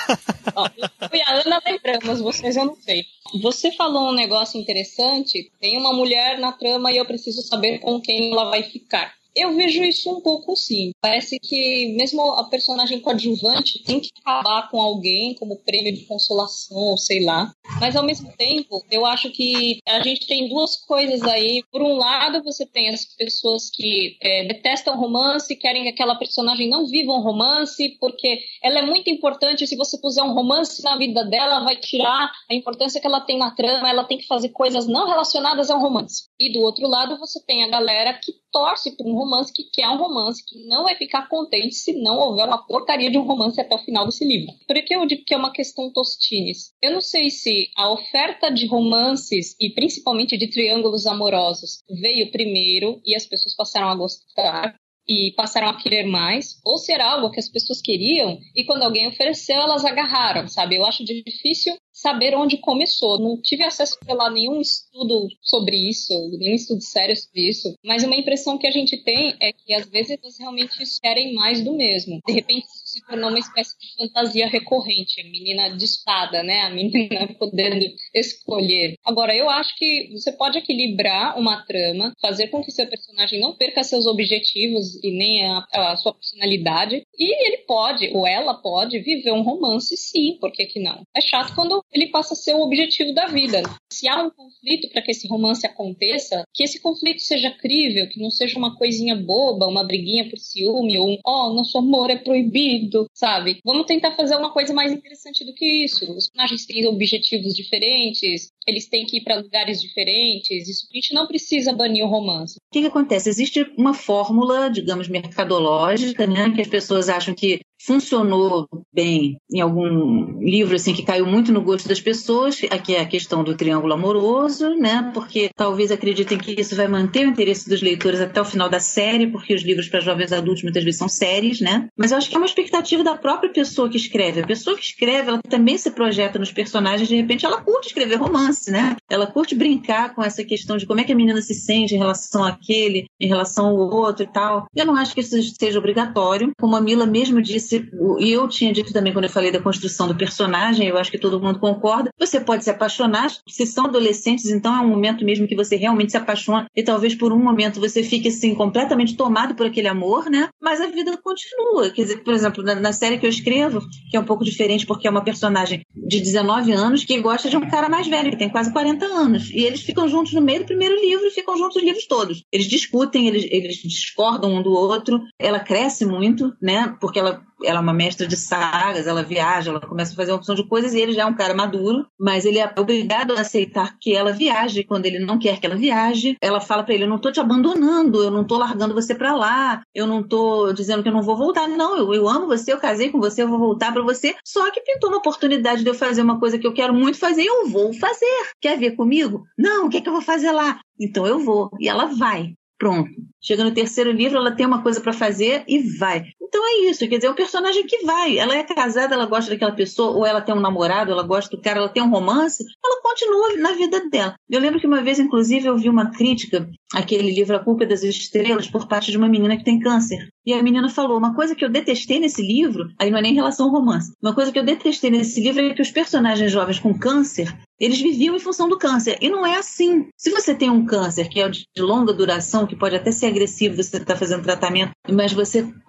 Ó, eu e a Ana lembramos, vocês eu não sei. Você falou um negócio interessante, tem uma mulher na trama e eu preciso saber com quem ela vai ficar. Eu vejo isso um pouco sim. Parece que mesmo a personagem coadjuvante tem que acabar com alguém como prêmio de consolação, ou sei lá. Mas ao mesmo tempo, eu acho que a gente tem duas coisas aí. Por um lado, você tem as pessoas que detestam romance, querem que aquela personagem não viva um romance, porque ela é muito importante. Se você puser um romance na vida dela, vai tirar a importância que ela tem na trama, ela tem que fazer coisas não relacionadas ao romance. E do outro lado, você tem a galera que torce por um romance, que quer um romance, que não vai ficar contente se não houver uma porcaria de um romance até o final desse livro. Por que eu digo que é uma questão Tostines? Eu não sei se a oferta de romances, e principalmente de triângulos amorosos, veio primeiro e as pessoas passaram a gostar e passaram a querer mais, ou se era algo que as pessoas queriam e quando alguém ofereceu, elas agarraram, sabe? Eu acho difícil saber onde começou. Não tive acesso a nenhum estudo sobre isso, nenhum estudo sério sobre isso, mas uma impressão que a gente tem é que às vezes elas realmente querem mais do mesmo. De repente isso se tornou uma espécie de fantasia recorrente, a menina de espada, né? A menina podendo escolher. Agora, eu acho que você pode equilibrar uma trama, fazer com que seu personagem não perca seus objetivos e nem a sua personalidade, e ele pode, ou ela pode, viver um romance sim, por que que não? É chato quando ele passa a ser o objetivo da vida. Se há um conflito para que esse romance aconteça, que esse conflito seja crível, que não seja uma coisinha boba, uma briguinha por ciúme, ou nosso amor é proibido, sabe? Vamos tentar fazer uma coisa mais interessante do que isso. Os personagens têm objetivos diferentes, eles têm que ir para lugares diferentes, isso a gente não precisa banir o romance. O que acontece? Existe uma fórmula, digamos, mercadológica, né, que as pessoas acham que funcionou bem em algum livro assim que caiu muito no gosto das pessoas, aqui é a questão do triângulo amoroso, né? Porque talvez acreditem que isso vai manter o interesse dos leitores até o final da série, porque os livros para jovens adultos muitas vezes são séries, né? Mas eu acho que é uma expectativa da própria pessoa que escreve. A pessoa que escreve, ela também se projeta nos personagens, de repente ela curte escrever romance, né? Ela curte brincar com essa questão de como é que a menina se sente em relação àquele, em relação ao outro e tal. Eu não acho que isso seja obrigatório, como a Mila mesmo disse, e eu tinha dito também quando eu falei da construção do personagem, eu acho que todo mundo concorda, você pode se apaixonar, se são adolescentes, então é um momento mesmo que você realmente se apaixona e talvez por um momento você fique assim completamente tomado por aquele amor, né? Mas a vida continua. Quer dizer, por exemplo, na série que eu escrevo, que é um pouco diferente porque é uma personagem de 19 anos que gosta de um cara mais velho, que tem quase 40 anos, e eles ficam juntos no meio do primeiro livro e ficam juntos os livros todos. Eles discutem, eles discordam um do outro, ela cresce muito, né? Porque ela é uma mestra de sagas, ela viaja, ela começa a fazer uma opção de coisas e ele já é um cara maduro, mas ele é obrigado a aceitar que ela viaje quando ele não quer que ela viaje. Ela fala pra ele, eu não tô te abandonando, eu não tô largando você pra lá, eu não tô dizendo que eu não vou voltar, não, eu amo você, eu casei com você, eu vou voltar pra você, só que pintou uma oportunidade de eu fazer uma coisa que eu quero muito fazer e eu vou fazer. Quer ver comigo? Não, o que é que eu vou fazer lá? Então eu vou. E ela vai. Pronto. Chega no terceiro livro, ela tem uma coisa pra fazer e vai. Então é isso, quer dizer, é um personagem que vai. Ela é casada, ela gosta daquela pessoa, ou ela tem um namorado, ela gosta do cara, ela tem um romance, ela continua na vida dela. Eu lembro que uma vez, inclusive, eu vi uma crítica àquele livro A Culpa das Estrelas por parte de uma menina que tem câncer. E a menina falou, uma coisa que eu detestei nesse livro, aí não é nem em relação ao romance, uma coisa que eu detestei nesse livro é que os personagens jovens com câncer, eles viviam em função do câncer. E não é assim. Se você tem um câncer que é de longa duração, que pode até ser agressivo, você está fazendo tratamento, mas você continua indo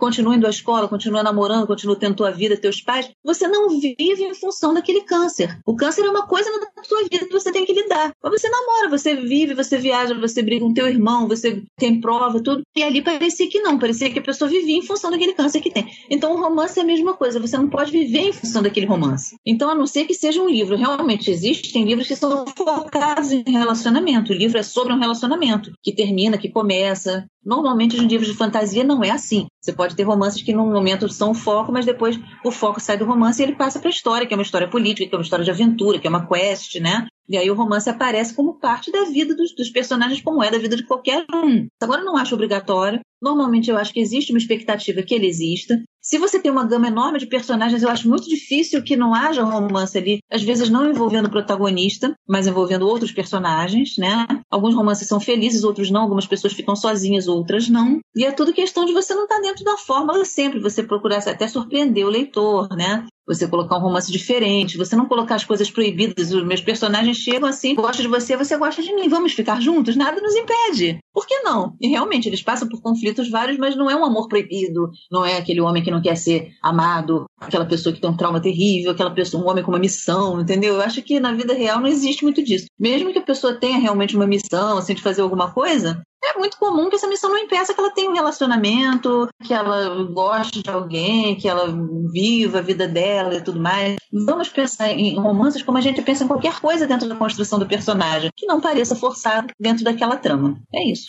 à escola, continua namorando, continua tendo tua vida, teus pais, você não vive em função daquele câncer. O câncer é uma coisa na tua vida que você tem que lidar. Mas você namora, você vive, você viaja, você briga com teu irmão, você tem prova, tudo. E ali parecia que não, parecia que a pessoa vivia em função daquele câncer que tem. Então o romance é a mesma coisa, você não pode viver em função daquele romance. Então, a não ser que seja um livro, realmente existem livros que são focados em relacionamento. O livro é sobre um relacionamento, que termina, que começa. Normalmente, os livros de fantasia não é assim. Você pode ter romances que, num momento, são o foco, mas depois o foco sai do romance e ele passa para a história, que é uma história política, que é uma história de aventura, que é uma quest, né? E aí o romance aparece como parte da vida dos personagens, como é da vida de qualquer um. Agora, eu não acho obrigatório. Normalmente, eu acho que existe uma expectativa que ele exista. Se você tem uma gama enorme de personagens, eu acho muito difícil que não haja um romance ali, às vezes não envolvendo o protagonista, mas envolvendo outros personagens, né? Alguns romances são felizes, outros não. Algumas pessoas ficam sozinhas, outras não. E é tudo questão de você não estar dentro da fórmula sempre, você procurar até surpreender o leitor, né? Você colocar um romance diferente, você não colocar as coisas proibidas. Os meus personagens chegam assim, gosto de você gosta de mim, vamos ficar juntos? Nada nos impede. Por que não? E realmente, eles passam por conflitos vários, mas não é um amor proibido, não é aquele homem que não quer ser amado, aquela pessoa que tem um trauma terrível, aquela pessoa, um homem com uma missão, entendeu? Eu acho que na vida real não existe muito disso. Mesmo que a pessoa tenha realmente uma missão, assim, de fazer alguma coisa, é muito comum que essa missão não impeça que ela tenha um relacionamento, que ela goste de alguém, que ela viva a vida dela e tudo mais. Vamos pensar em romances como a gente pensa em qualquer coisa dentro da construção do personagem, que não pareça forçado dentro daquela trama. É isso.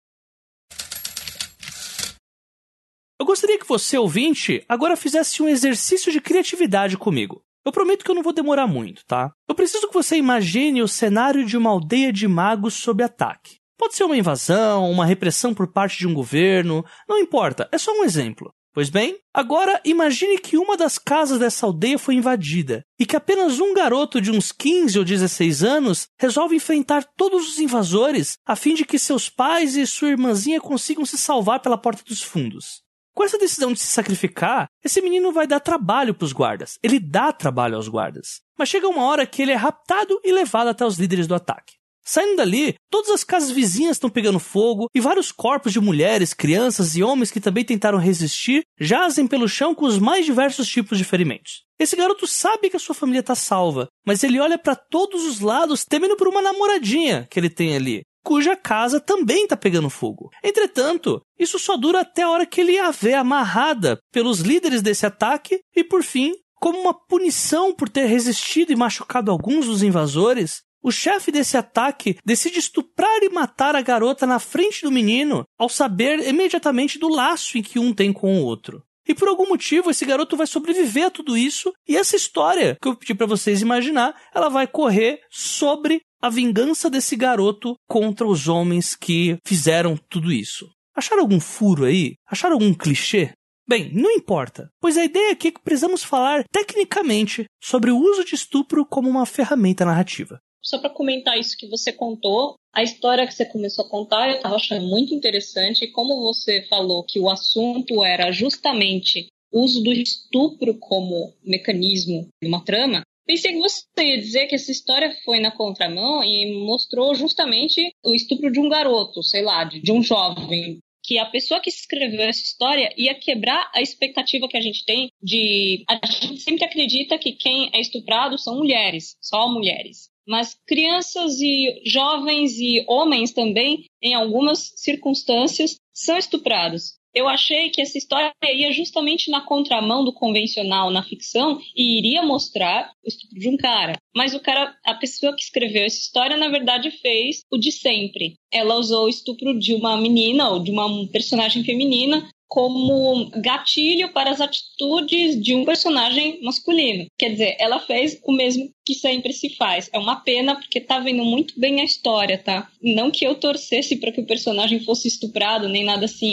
Eu gostaria que você, ouvinte, agora fizesse um exercício de criatividade comigo. Eu prometo que eu não vou demorar muito, tá? Eu preciso que você imagine o cenário de uma aldeia de magos sob ataque. Pode ser uma invasão, uma repressão por parte de um governo, não importa, é só um exemplo. Pois bem, agora imagine que uma das casas dessa aldeia foi invadida e que apenas um garoto de uns 15 ou 16 anos resolve enfrentar todos os invasores a fim de que seus pais e sua irmãzinha consigam se salvar pela porta dos fundos. Com essa decisão de se sacrificar, esse menino vai dar trabalho para os guardas. Ele dá trabalho aos guardas. Mas chega uma hora que ele é raptado e levado até os líderes do ataque. Saindo dali, todas as casas vizinhas estão pegando fogo e vários corpos de mulheres, crianças e homens que também tentaram resistir jazem pelo chão com os mais diversos tipos de ferimentos. Esse garoto sabe que a sua família está salva, mas ele olha para todos os lados temendo por uma namoradinha que ele tem ali, cuja casa também está pegando fogo. Entretanto, isso só dura até a hora que ele a vê amarrada pelos líderes desse ataque e, por fim, como uma punição por ter resistido e machucado alguns dos invasores, o chefe desse ataque decide estuprar e matar a garota na frente do menino, ao saber imediatamente do laço em que um tem com o outro. E por algum motivo, esse garoto vai sobreviver a tudo isso, e essa história, que eu pedi para vocês imaginar, ela vai correr sobre a vingança desse garoto contra os homens que fizeram tudo isso. Acharam algum furo aí? Acharam algum clichê? Bem, não importa, pois a ideia aqui é que precisamos falar tecnicamente sobre o uso de estupro como uma ferramenta narrativa. Só para comentar isso que você contou, a história que você começou a contar eu estava achando muito interessante. E como você falou que o assunto era justamente o uso do estupro como mecanismo de uma trama, pensei que você ia dizer que essa história foi na contramão e mostrou justamente o estupro de um garoto, sei lá, de um jovem. Que a pessoa que escreveu essa história ia quebrar a expectativa que a gente tem de... A gente sempre acredita que quem é estuprado são mulheres, só mulheres. Mas crianças e jovens e homens também, em algumas circunstâncias, são estuprados. Eu achei que essa história ia justamente na contramão do convencional na ficção e iria mostrar o estupro de um cara. Mas a pessoa que escreveu essa história, na verdade, fez o de sempre. Ela usou o estupro de uma menina ou de uma personagem feminina como gatilho para as atitudes de um personagem masculino. Quer dizer, ela fez o mesmo que sempre se faz. É uma pena porque tá vendo muito bem a história, tá? Não que eu torcesse para que o personagem fosse estuprado, nem nada assim,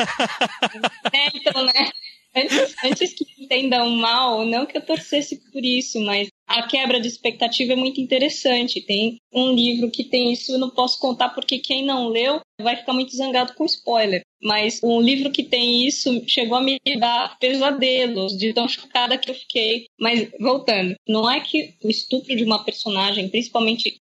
mas... então, né? Antes que entendam mal, não que eu torcesse por isso, mas a quebra de expectativa é muito interessante. Tem um livro que tem isso, eu não posso contar porque quem não leu vai ficar muito zangado com spoiler. Mas um livro que tem isso chegou a me dar pesadelos, de tão chocada que eu fiquei. Mas voltando, não é que o estupro de uma personagem, principalmente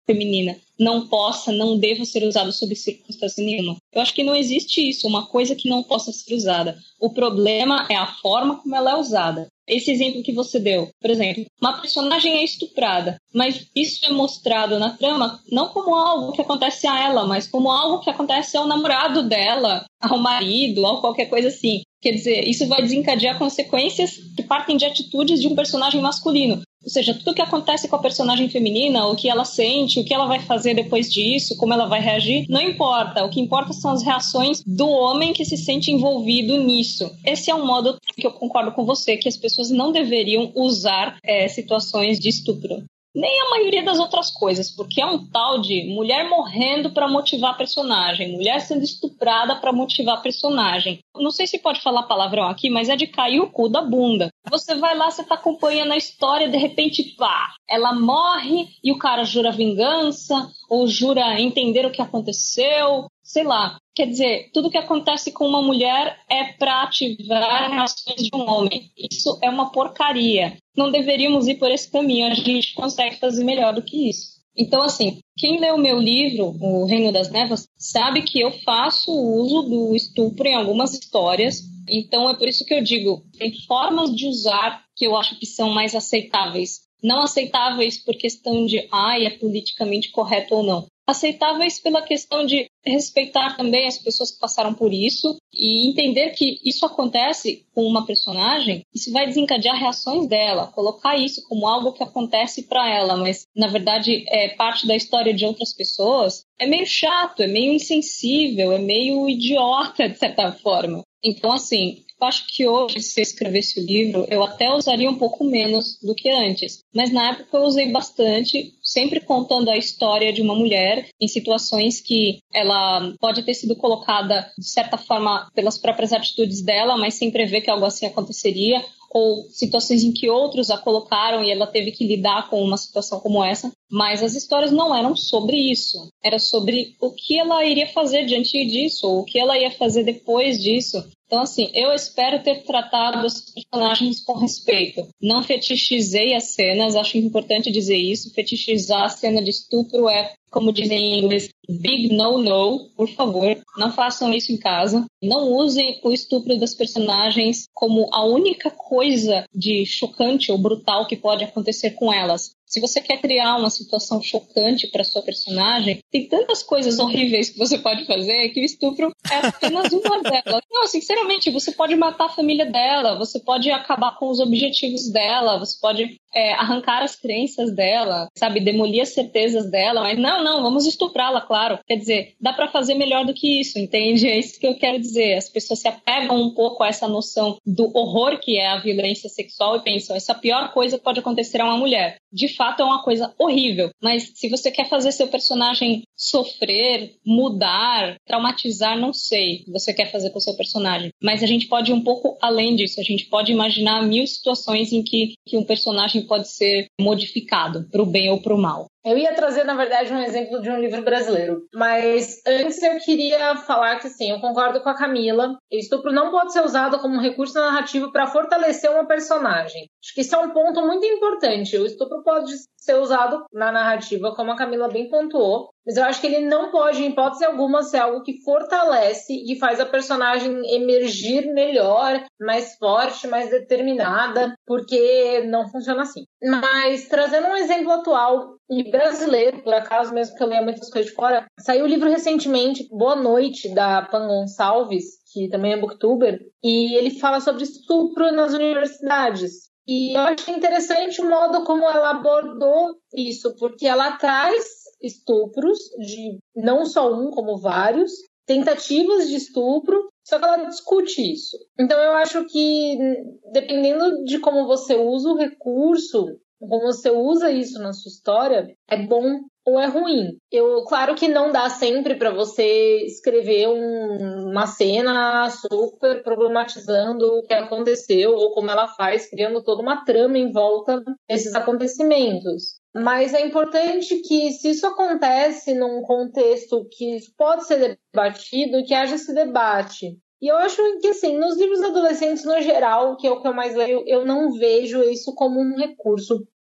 feminina não possa, não deva ser usado sob circunstância nenhuma. Eu acho que não existe isso, uma coisa que não possa ser usada. O problema é a forma como ela é usada. Esse exemplo que você deu, por exemplo, uma personagem é estuprada, mas isso é mostrado na trama não como algo que acontece a ela, mas como algo que acontece ao namorado dela, ao marido, ou qualquer coisa assim. Quer dizer, isso vai desencadear consequências que partem de atitudes de um personagem masculino. Ou seja, tudo que acontece com a personagem feminina, o que ela sente, o que ela vai fazer depois disso, como ela vai reagir, não importa. O que importa são as reações do homem que se sente envolvido nisso. Esse é um modo que eu concordo com você, que as pessoas não deveriam usar situações de estupro. Nem a maioria das outras coisas, porque é um tal de mulher morrendo para motivar personagem, mulher sendo estuprada para motivar personagem. Não sei se pode falar palavrão aqui, mas é de cair o cu da bunda. Você vai lá, você tá acompanhando a história, de repente, pá, ela morre e o cara jura vingança, ou jura entender o que aconteceu, sei lá. Quer dizer, tudo que acontece com uma mulher é para ativar reações de um homem. Isso é uma porcaria. Não deveríamos ir por esse caminho. A gente consegue fazer melhor do que isso. Então, assim, quem lê o meu livro, O Reino das Névoas, sabe que eu faço uso do estupro em algumas histórias. Então, é por isso que eu digo, tem formas de usar que eu acho que são mais aceitáveis. Não aceitáveis por questão de, é politicamente correto ou não. Aceitáveis pela questão de respeitar também as pessoas que passaram por isso e entender que isso acontece com uma personagem, isso vai desencadear reações dela, colocar isso como algo que acontece para ela, mas na verdade é parte da história de outras pessoas, é meio chato, é meio insensível, é meio idiota de certa forma. Então, assim, eu acho que hoje, se eu escrevesse o livro, eu até usaria um pouco menos do que antes. Mas na época eu usei bastante, sempre contando a história de uma mulher em situações que ela pode ter sido colocada, de certa forma, pelas próprias atitudes dela, mas sem prever que algo assim aconteceria, ou situações em que outros a colocaram e ela teve que lidar com uma situação como essa. Mas as histórias não eram sobre isso. Era sobre o que ela iria fazer diante disso, ou o que ela ia fazer depois disso. Então, assim, eu espero ter tratado os personagens com respeito. Não fetichizei as cenas, acho importante dizer isso. Fetichizar a cena de estupro é, como dizem em inglês, big no-no. Por favor, não façam isso em casa. Não usem o estupro das personagens como a única coisa de chocante ou brutal que pode acontecer com elas. Se você quer criar uma situação chocante para sua personagem, tem tantas coisas horríveis que você pode fazer que o estupro é apenas uma delas. Não, sinceramente, você pode matar a família dela, você pode acabar com os objetivos dela, você pode arrancar as crenças dela, sabe, demolir as certezas dela, mas não, vamos estuprá-la, claro. Quer dizer, dá para fazer melhor do que isso, entende? É isso que eu quero dizer. As pessoas se apegam um pouco a essa noção do horror que é a violência sexual e pensam, essa é a pior coisa que pode acontecer a uma mulher. De fato, é uma coisa horrível, mas se você quer fazer seu personagem sofrer, mudar, traumatizar, não sei o que você quer fazer com o seu personagem, mas a gente pode ir um pouco além disso, a gente pode imaginar 1000 situações em que um personagem pode ser modificado para o bem ou para o mal. Eu ia trazer, na verdade, um exemplo de um livro brasileiro, mas antes eu queria falar que, sim, eu concordo com a Camila. O estupro não pode ser usado como um recurso narrativo para fortalecer uma personagem. Acho que isso é um ponto muito importante. O estupro pode ser usado na narrativa, como a Camila bem pontuou, mas eu acho que ele não pode, em hipótese alguma, ser algo que fortalece e faz a personagem emergir melhor, mais forte, mais determinada, porque não funciona assim. Mas, trazendo um exemplo atual e brasileiro, por acaso, mesmo que eu leia muitas coisas de fora, saiu o livro recentemente, Boa Noite, da Pan Gonçalves, que também é booktuber, e ele fala sobre estupro nas universidades. E eu acho interessante o modo como ela abordou isso, porque ela traz estupros, de não só um, como vários, tentativas de estupro, só que ela discute isso. Então eu acho que, dependendo de como você usa o recurso, como você usa isso na sua história, é bom ou é ruim. Claro que não dá sempre para você escrever uma cena super problematizando o que aconteceu ou como ela faz, criando toda uma trama em volta desses acontecimentos. Mas é importante que, se isso acontece num contexto que pode ser debatido, que haja esse debate. E eu acho que, assim, nos livros adolescentes, no geral, que é o que eu mais leio, eu não vejo isso como um recurso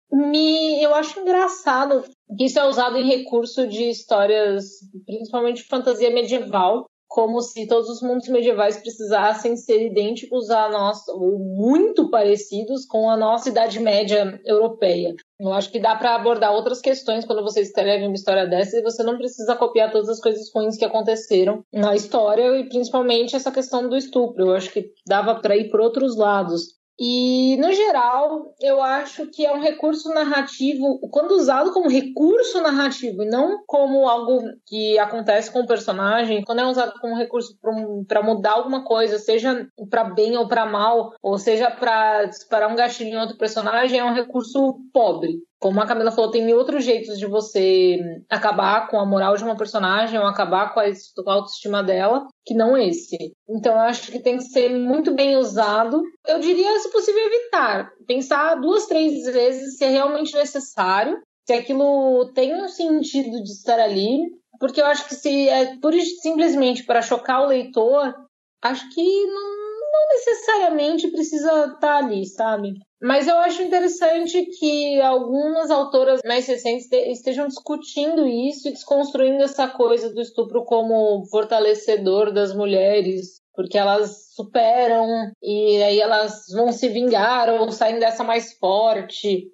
Eu acho engraçado que isso é usado em recurso de histórias, principalmente de fantasia medieval, como se todos os mundos medievais precisassem ser idênticos à nossa, ou muito parecidos com a nossa Idade Média europeia. Eu acho que dá para abordar outras questões quando você escreve uma história dessa e você não precisa copiar todas as coisas ruins que aconteceram na história e principalmente essa questão do estupro. Eu acho que dava para ir por outros lados. E, no geral, eu acho que é um recurso narrativo, quando usado como recurso narrativo e não como algo que acontece com o personagem, quando é usado como recurso para mudar alguma coisa, seja para bem ou para mal, ou seja para disparar um gatilho em outro personagem, é um recurso pobre. Como a Camila falou, tem outros jeitos de você acabar com a moral de uma personagem ou acabar com a autoestima dela, que não esse. Então eu acho que tem que ser muito bem usado. Eu diria, se possível, evitar. Pensar 2, 3 vezes se é realmente necessário, se aquilo tem um sentido de estar ali. Porque eu acho que se é pura e simplesmente para chocar o leitor, acho que não necessariamente precisa estar ali, sabe? Mas eu acho interessante que algumas autoras mais recentes estejam discutindo isso e desconstruindo essa coisa do estupro como fortalecedor das mulheres, porque elas superam e aí elas vão se vingar ou saem dessa mais forte.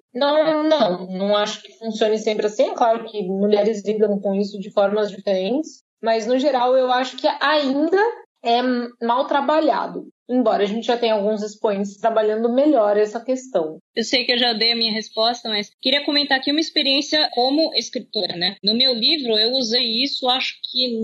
Não acho que funcione sempre assim. É claro que mulheres lidam com isso de formas diferentes, mas no geral eu acho que ainda é mal trabalhado. Embora a gente já tenha alguns expoentes trabalhando melhor essa questão. Eu sei que eu já dei a minha resposta, mas queria comentar aqui uma experiência como escritora, né? No meu livro, eu usei isso, acho que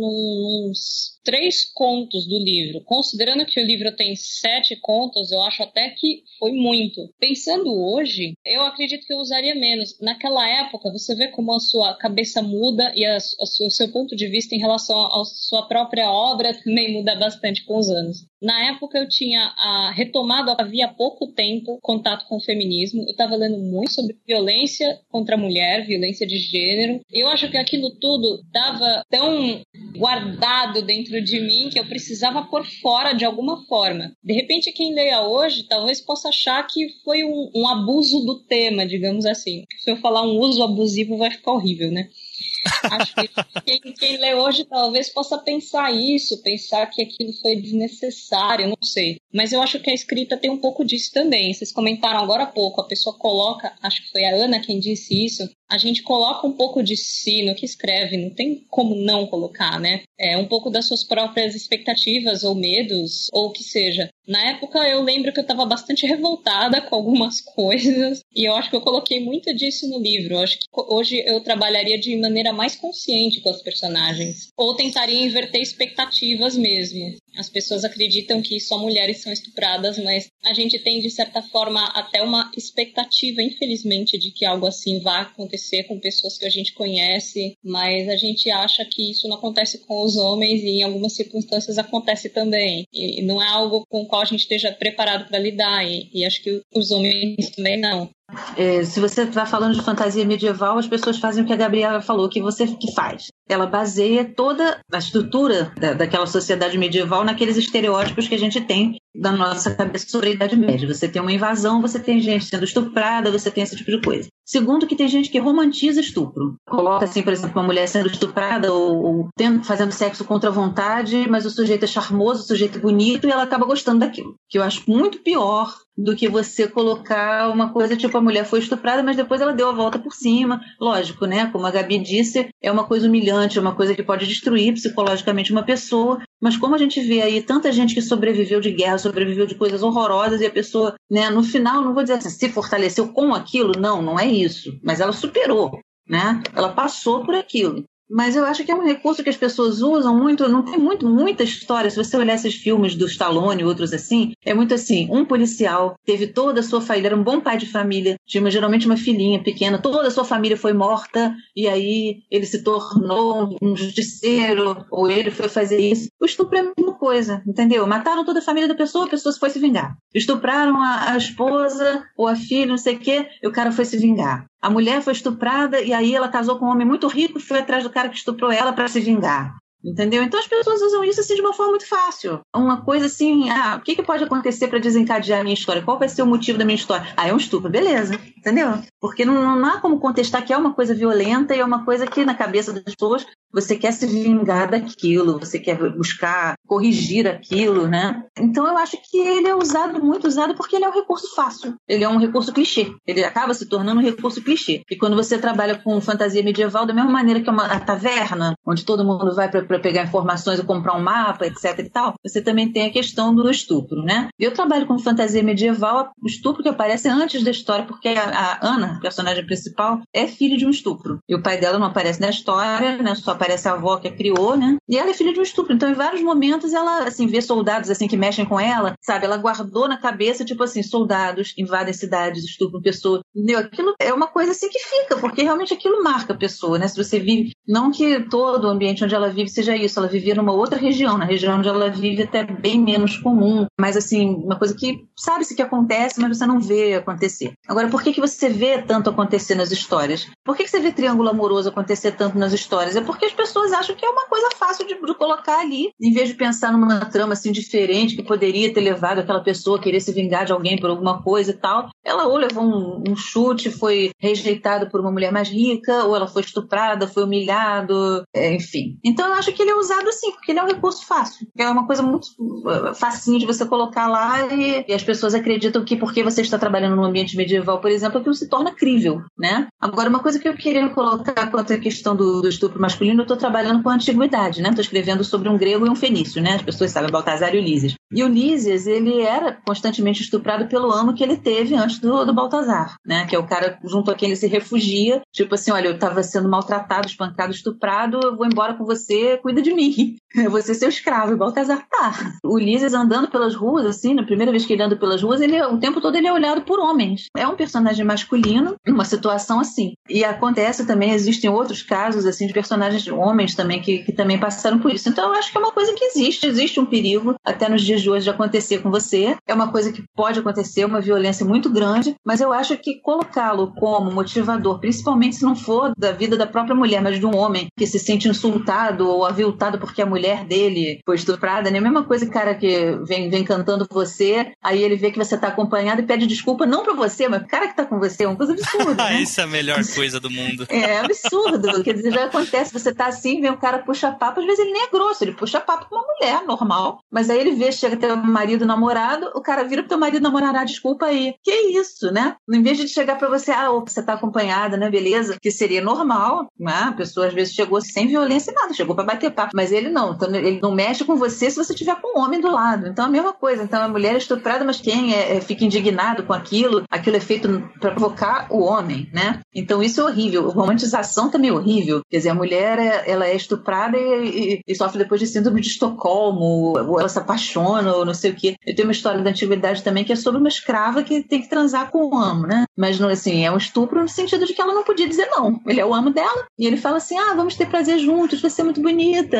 nos 3 contos do livro. Considerando que o livro tem 7 contos, eu acho até que foi muito. Pensando hoje, eu acredito que eu usaria menos. Naquela época, você vê como a sua cabeça muda e o seu ponto de vista em relação à sua própria obra também muda bastante com os anos. Na época, eu tinha retomado, havia pouco tempo, contato com o feminismo. Eu estava lendo muito sobre violência contra a mulher, violência de gênero. Eu acho que aquilo tudo estava tão guardado dentro de mim que eu precisava pôr fora de alguma forma. De repente, quem leia hoje talvez possa achar que foi um abuso do tema, digamos assim. Se eu falar um uso abusivo vai ficar horrível, né? Acho que quem lê hoje talvez possa pensar isso, pensar que aquilo foi desnecessário, não sei. Mas eu acho que a escrita tem um pouco disso também. Vocês comentaram agora há pouco, a pessoa coloca, acho que foi a Ana quem disse isso, a gente coloca um pouco de si no que escreve, não tem como não colocar, né? É um pouco das suas próprias expectativas ou medos, ou o que seja. Na época eu lembro que eu estava bastante revoltada com algumas coisas e eu acho que eu coloquei muito disso no livro. Eu acho que hoje eu trabalharia de maneira mais consciente com os personagens. Ou tentaria inverter expectativas mesmo. As pessoas acreditam que só mulheres são estupradas, mas a gente tem, de certa forma, até uma expectativa, infelizmente, de que algo assim vá acontecer com pessoas que a gente conhece, mas a gente acha que isso não acontece com os homens e em algumas circunstâncias acontece também. E não é algo com o qual a gente esteja preparado para lidar, e acho que os homens também não. Se você está falando de fantasia medieval, as pessoas fazem o que a Gabriela falou, que você que faz. Ela baseia toda a estrutura daquela sociedade medieval naqueles estereótipos que a gente tem da nossa cabeça sobre a Idade Média. Você tem uma invasão, você tem gente sendo estuprada, você tem esse tipo de coisa. Segundo, que tem gente que romantiza estupro. Coloca, assim, por exemplo, uma mulher sendo estuprada ou fazendo sexo contra a vontade, mas o sujeito é charmoso, o sujeito é bonito e ela acaba gostando daquilo. Que eu acho muito pior do que você colocar uma coisa tipo a mulher foi estuprada, mas depois ela deu a volta por cima. Lógico, né? Como a Gabi disse, é uma coisa humilhante, é uma coisa que pode destruir psicologicamente uma pessoa. Mas como a gente vê aí tanta gente que sobreviveu de guerra, sobreviveu de coisas horrorosas e a pessoa, né, no final, não vou dizer assim, se fortaleceu com aquilo, não é isso. Mas ela superou, né? Ela passou por aquilo. Mas eu acho que é um recurso que as pessoas usam muito, não tem muita história. Se você olhar esses filmes do Stallone e outros assim, é muito assim, um policial teve toda a sua família, era um bom pai de família, tinha geralmente uma filhinha pequena, toda a sua família foi morta e aí ele se tornou um justiceiro, ou ele foi fazer isso. O estupro é a mesma coisa, entendeu? Mataram toda a família da pessoa, a pessoa foi se vingar. Estupraram a esposa ou a filha, não sei o quê, e o cara foi se vingar. A mulher foi estuprada e aí ela casou com um homem muito rico e foi atrás do cara que estuprou ela para se vingar. Entendeu? Então as pessoas usam isso assim de uma forma muito fácil. Uma coisa assim, o que pode acontecer para desencadear a minha história? Qual vai ser o motivo da minha história? É um estupro, beleza, entendeu? Porque não há como contestar que é uma coisa violenta e é uma coisa que na cabeça das pessoas você quer se vingar daquilo, você quer buscar corrigir aquilo, né? Então eu acho que ele é muito usado porque ele é um recurso fácil, ele é um recurso clichê, ele acaba se tornando um recurso clichê. E quando você trabalha com fantasia medieval, da mesma maneira que a taverna, onde todo mundo vai para pegar informações e comprar um mapa, etc e tal, você também tem a questão do estupro, né? Eu trabalho com fantasia medieval, o estupro que aparece antes da história, porque a Ana, a personagem principal, é filha de um estupro. E o pai dela não aparece na história, né? Só aparece a avó que a criou, né? E ela é filha de um estupro. Então, em vários momentos, ela, assim, vê soldados, assim, que mexem com ela, sabe? Ela guardou na cabeça, tipo assim, soldados invadem cidades, estupram pessoas. Entendeu? Aquilo é uma coisa, assim, que fica, porque realmente aquilo marca a pessoa, né? Se você vive... Não que todo o ambiente onde ela vive seja isso. Ela vivia numa outra região. Na região onde ela vive até bem menos comum. Mas, assim, uma coisa que sabe-se que acontece, mas você não vê acontecer. Agora, por que você vê tanto acontecer nas histórias? Por que você vê triângulo amoroso acontecer tanto nas histórias? É porque as pessoas acham que é uma coisa fácil de colocar ali, em vez de pensar numa trama assim diferente que poderia ter levado aquela pessoa a querer se vingar de alguém por alguma coisa e tal. Ela ou levou um chute, foi rejeitada por uma mulher mais rica, ou ela foi estuprada, foi humilhado, enfim. Então eu acho que ele é usado assim, porque ele é um recurso fácil. É uma coisa muito facinho de você colocar lá e as pessoas acreditam que porque você está trabalhando num ambiente medieval, por exemplo, aquilo se torna crível, né? Agora, uma coisa que eu queria colocar quanto à questão do estupro masculino, eu estou trabalhando com a antiguidade, né? Estou escrevendo sobre um grego e um fenício, né? As pessoas sabem, Baltazar e Ulísias. E Ulísias, ele era constantemente estuprado pelo amo que ele teve antes do Baltazar, né? Que é o cara junto a quem ele se refugia, tipo assim, olha, eu estava sendo maltratado, espancado, estuprado, eu vou embora com você, cuida de mim. Eu vou ser seu escravo. E Baltazar tá. Ulísias andando pelas ruas, assim, na primeira vez que ele anda pelas ruas, o tempo todo ele é olhado por homens. É um personagem masculino, numa situação assim. E acontece também, existem outros casos, assim, de personagens homens também que também passaram por isso. Então eu acho que é uma coisa que existe um perigo até nos dias de hoje de acontecer com você. É uma coisa que pode acontecer, uma violência muito grande, mas eu acho que colocá-lo como motivador, principalmente se não for da vida da própria mulher, mas de um homem que se sente insultado ou aviltado porque a mulher dele foi estuprada, né? A mesma coisa, cara que vem cantando você, aí ele vê que você tá acompanhado e pede desculpa, não pra você, mas pro cara que tá com você, é uma coisa absurda, né? Isso é a melhor coisa do mundo. É absurdo, quer dizer, já acontece, você tá assim, vem o cara puxa papo, às vezes ele nem é grosso, ele puxa papo com uma mulher, normal, mas aí ele vê, chega teu marido, namorado, o cara vira pro teu marido, namorado, desculpa aí, que isso, né? Em vez de chegar pra você, você tá acompanhada, né, beleza? Que seria normal, né? A pessoa às vezes chegou sem violência e nada, chegou pra bater papo, mas ele não, então ele não mexe com você se você tiver com um homem do lado, então a mesma coisa, então a mulher é estuprada, mas quem fica indignado com aquilo é feito pra provocar o homem, né? Então isso é horrível, a romantização também é horrível, quer dizer, a mulher ela é estuprada e sofre depois de síndrome de Estocolmo, ou ela se apaixona, ou não sei o quê. Eu tenho uma história da antiguidade também que é sobre uma escrava que tem que transar com o amo, né? Mas assim, é um estupro no sentido de que ela não podia dizer não. Ele é o amo dela e ele fala assim, vamos ter prazer juntos, vai ser muito bonita.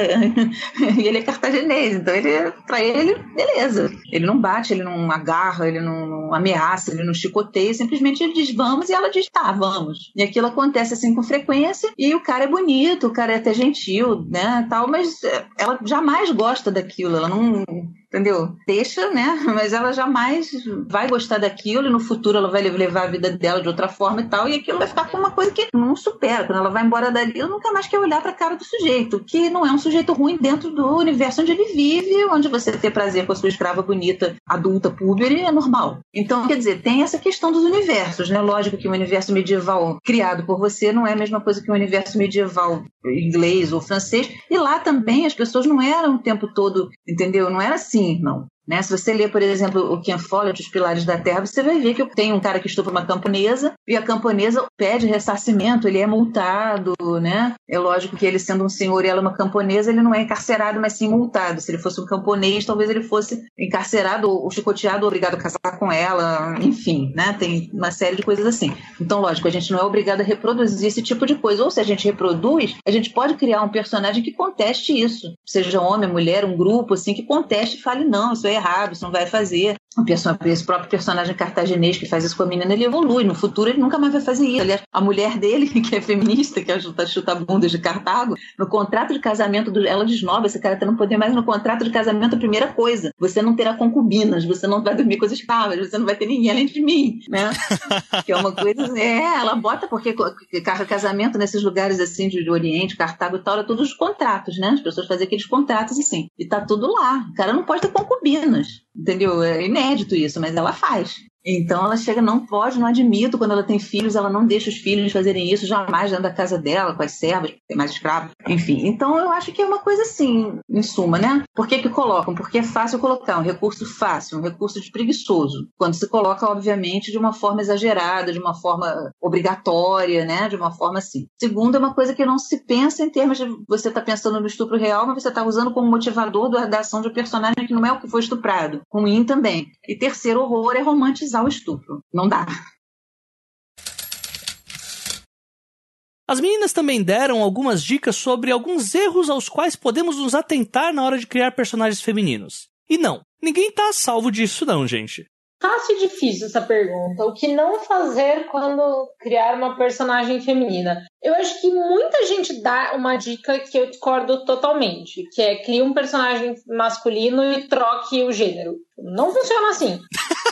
E ele é cartaginês, então pra ele, beleza. Ele não bate, ele não agarra, ele não ameaça, ele não chicoteia, simplesmente ele diz vamos e ela diz tá, vamos. E aquilo acontece assim com frequência e o cara é bonito, o cara é até gentil, né, tal, mas ela jamais gosta daquilo, ela não... Entendeu? Deixa, né? Mas ela jamais vai gostar daquilo e no futuro ela vai levar a vida dela de outra forma e tal, e aquilo vai ficar com uma coisa que não supera. Quando ela vai embora dali, ela nunca mais quer olhar pra cara do sujeito, que não é um sujeito ruim dentro do universo onde ele vive, onde você ter prazer com a sua escrava bonita, adulta, púbere, é normal. Então, quer dizer, tem essa questão dos universos, né? Lógico que o universo medieval criado por você não é a mesma coisa que o universo medieval inglês ou francês, e lá também as pessoas não eram o tempo todo, entendeu? Não era assim, não. Né? Se você ler, por exemplo, o Ken Follett, Os Pilares da Terra, você vai ver que tem um cara que estupra uma camponesa e a camponesa pede ressarcimento, ele é multado, né? É lógico que ele sendo um senhor e ela uma camponesa, ele não é encarcerado, mas sim multado. Se ele fosse um camponês, talvez ele fosse encarcerado ou chicoteado, obrigado a casar com ela, enfim, né? Tem uma série de coisas assim. Então, lógico, a gente não é obrigado a reproduzir esse tipo de coisa. Ou se a gente reproduz, a gente pode criar um personagem que conteste isso. Seja homem, mulher, um grupo, assim, que conteste e fale, não, isso é errado, isso não vai fazer. Esse próprio personagem cartaginês que faz isso com a menina, ele evolui. No futuro, ele nunca mais vai fazer isso. Aliás, a mulher dele, que é feminista, que ajuda a chutar bundas de Cartago, no contrato de casamento, ela desnova, esse cara não poder mais no contrato de casamento, a primeira coisa, você não terá concubinas, você não vai dormir com as escravas, você não vai ter ninguém além de mim, né? Que é uma coisa, ela bota, porque casamento nesses lugares assim de Oriente, Cartago e tal, era todos os contratos, né? As pessoas faziam aqueles contratos assim, e tá tudo lá. O cara não pode ter concubinas, entendeu? É inédito isso, mas ela faz. Então ela chega, não pode, não admito, quando ela tem filhos, ela não deixa os filhos fazerem isso, jamais dentro da casa dela, com as servas, tem mais escravo, enfim. Então eu acho que é uma coisa assim, em suma, né? Por que colocam? Porque é fácil colocar, um recurso fácil, um recurso preguiçoso. Quando se coloca, obviamente, de uma forma exagerada, de uma forma obrigatória, né? De uma forma assim. Segundo, é uma coisa que não se pensa em termos de você está pensando no estupro real, mas você está usando como motivador da ação de um personagem que não é o que foi estuprado. Ruim também. E terceiro horror é romantizar o estupro. Não dá. As meninas também deram algumas dicas sobre alguns erros aos quais podemos nos atentar na hora de criar personagens femininos. E não, ninguém tá a salvo disso não, gente. Fácil e difícil essa pergunta. O que não fazer quando criar uma personagem feminina? Eu acho que muita gente dá uma dica que eu discordo totalmente, que é cria um personagem masculino e troque o gênero. Não funciona assim.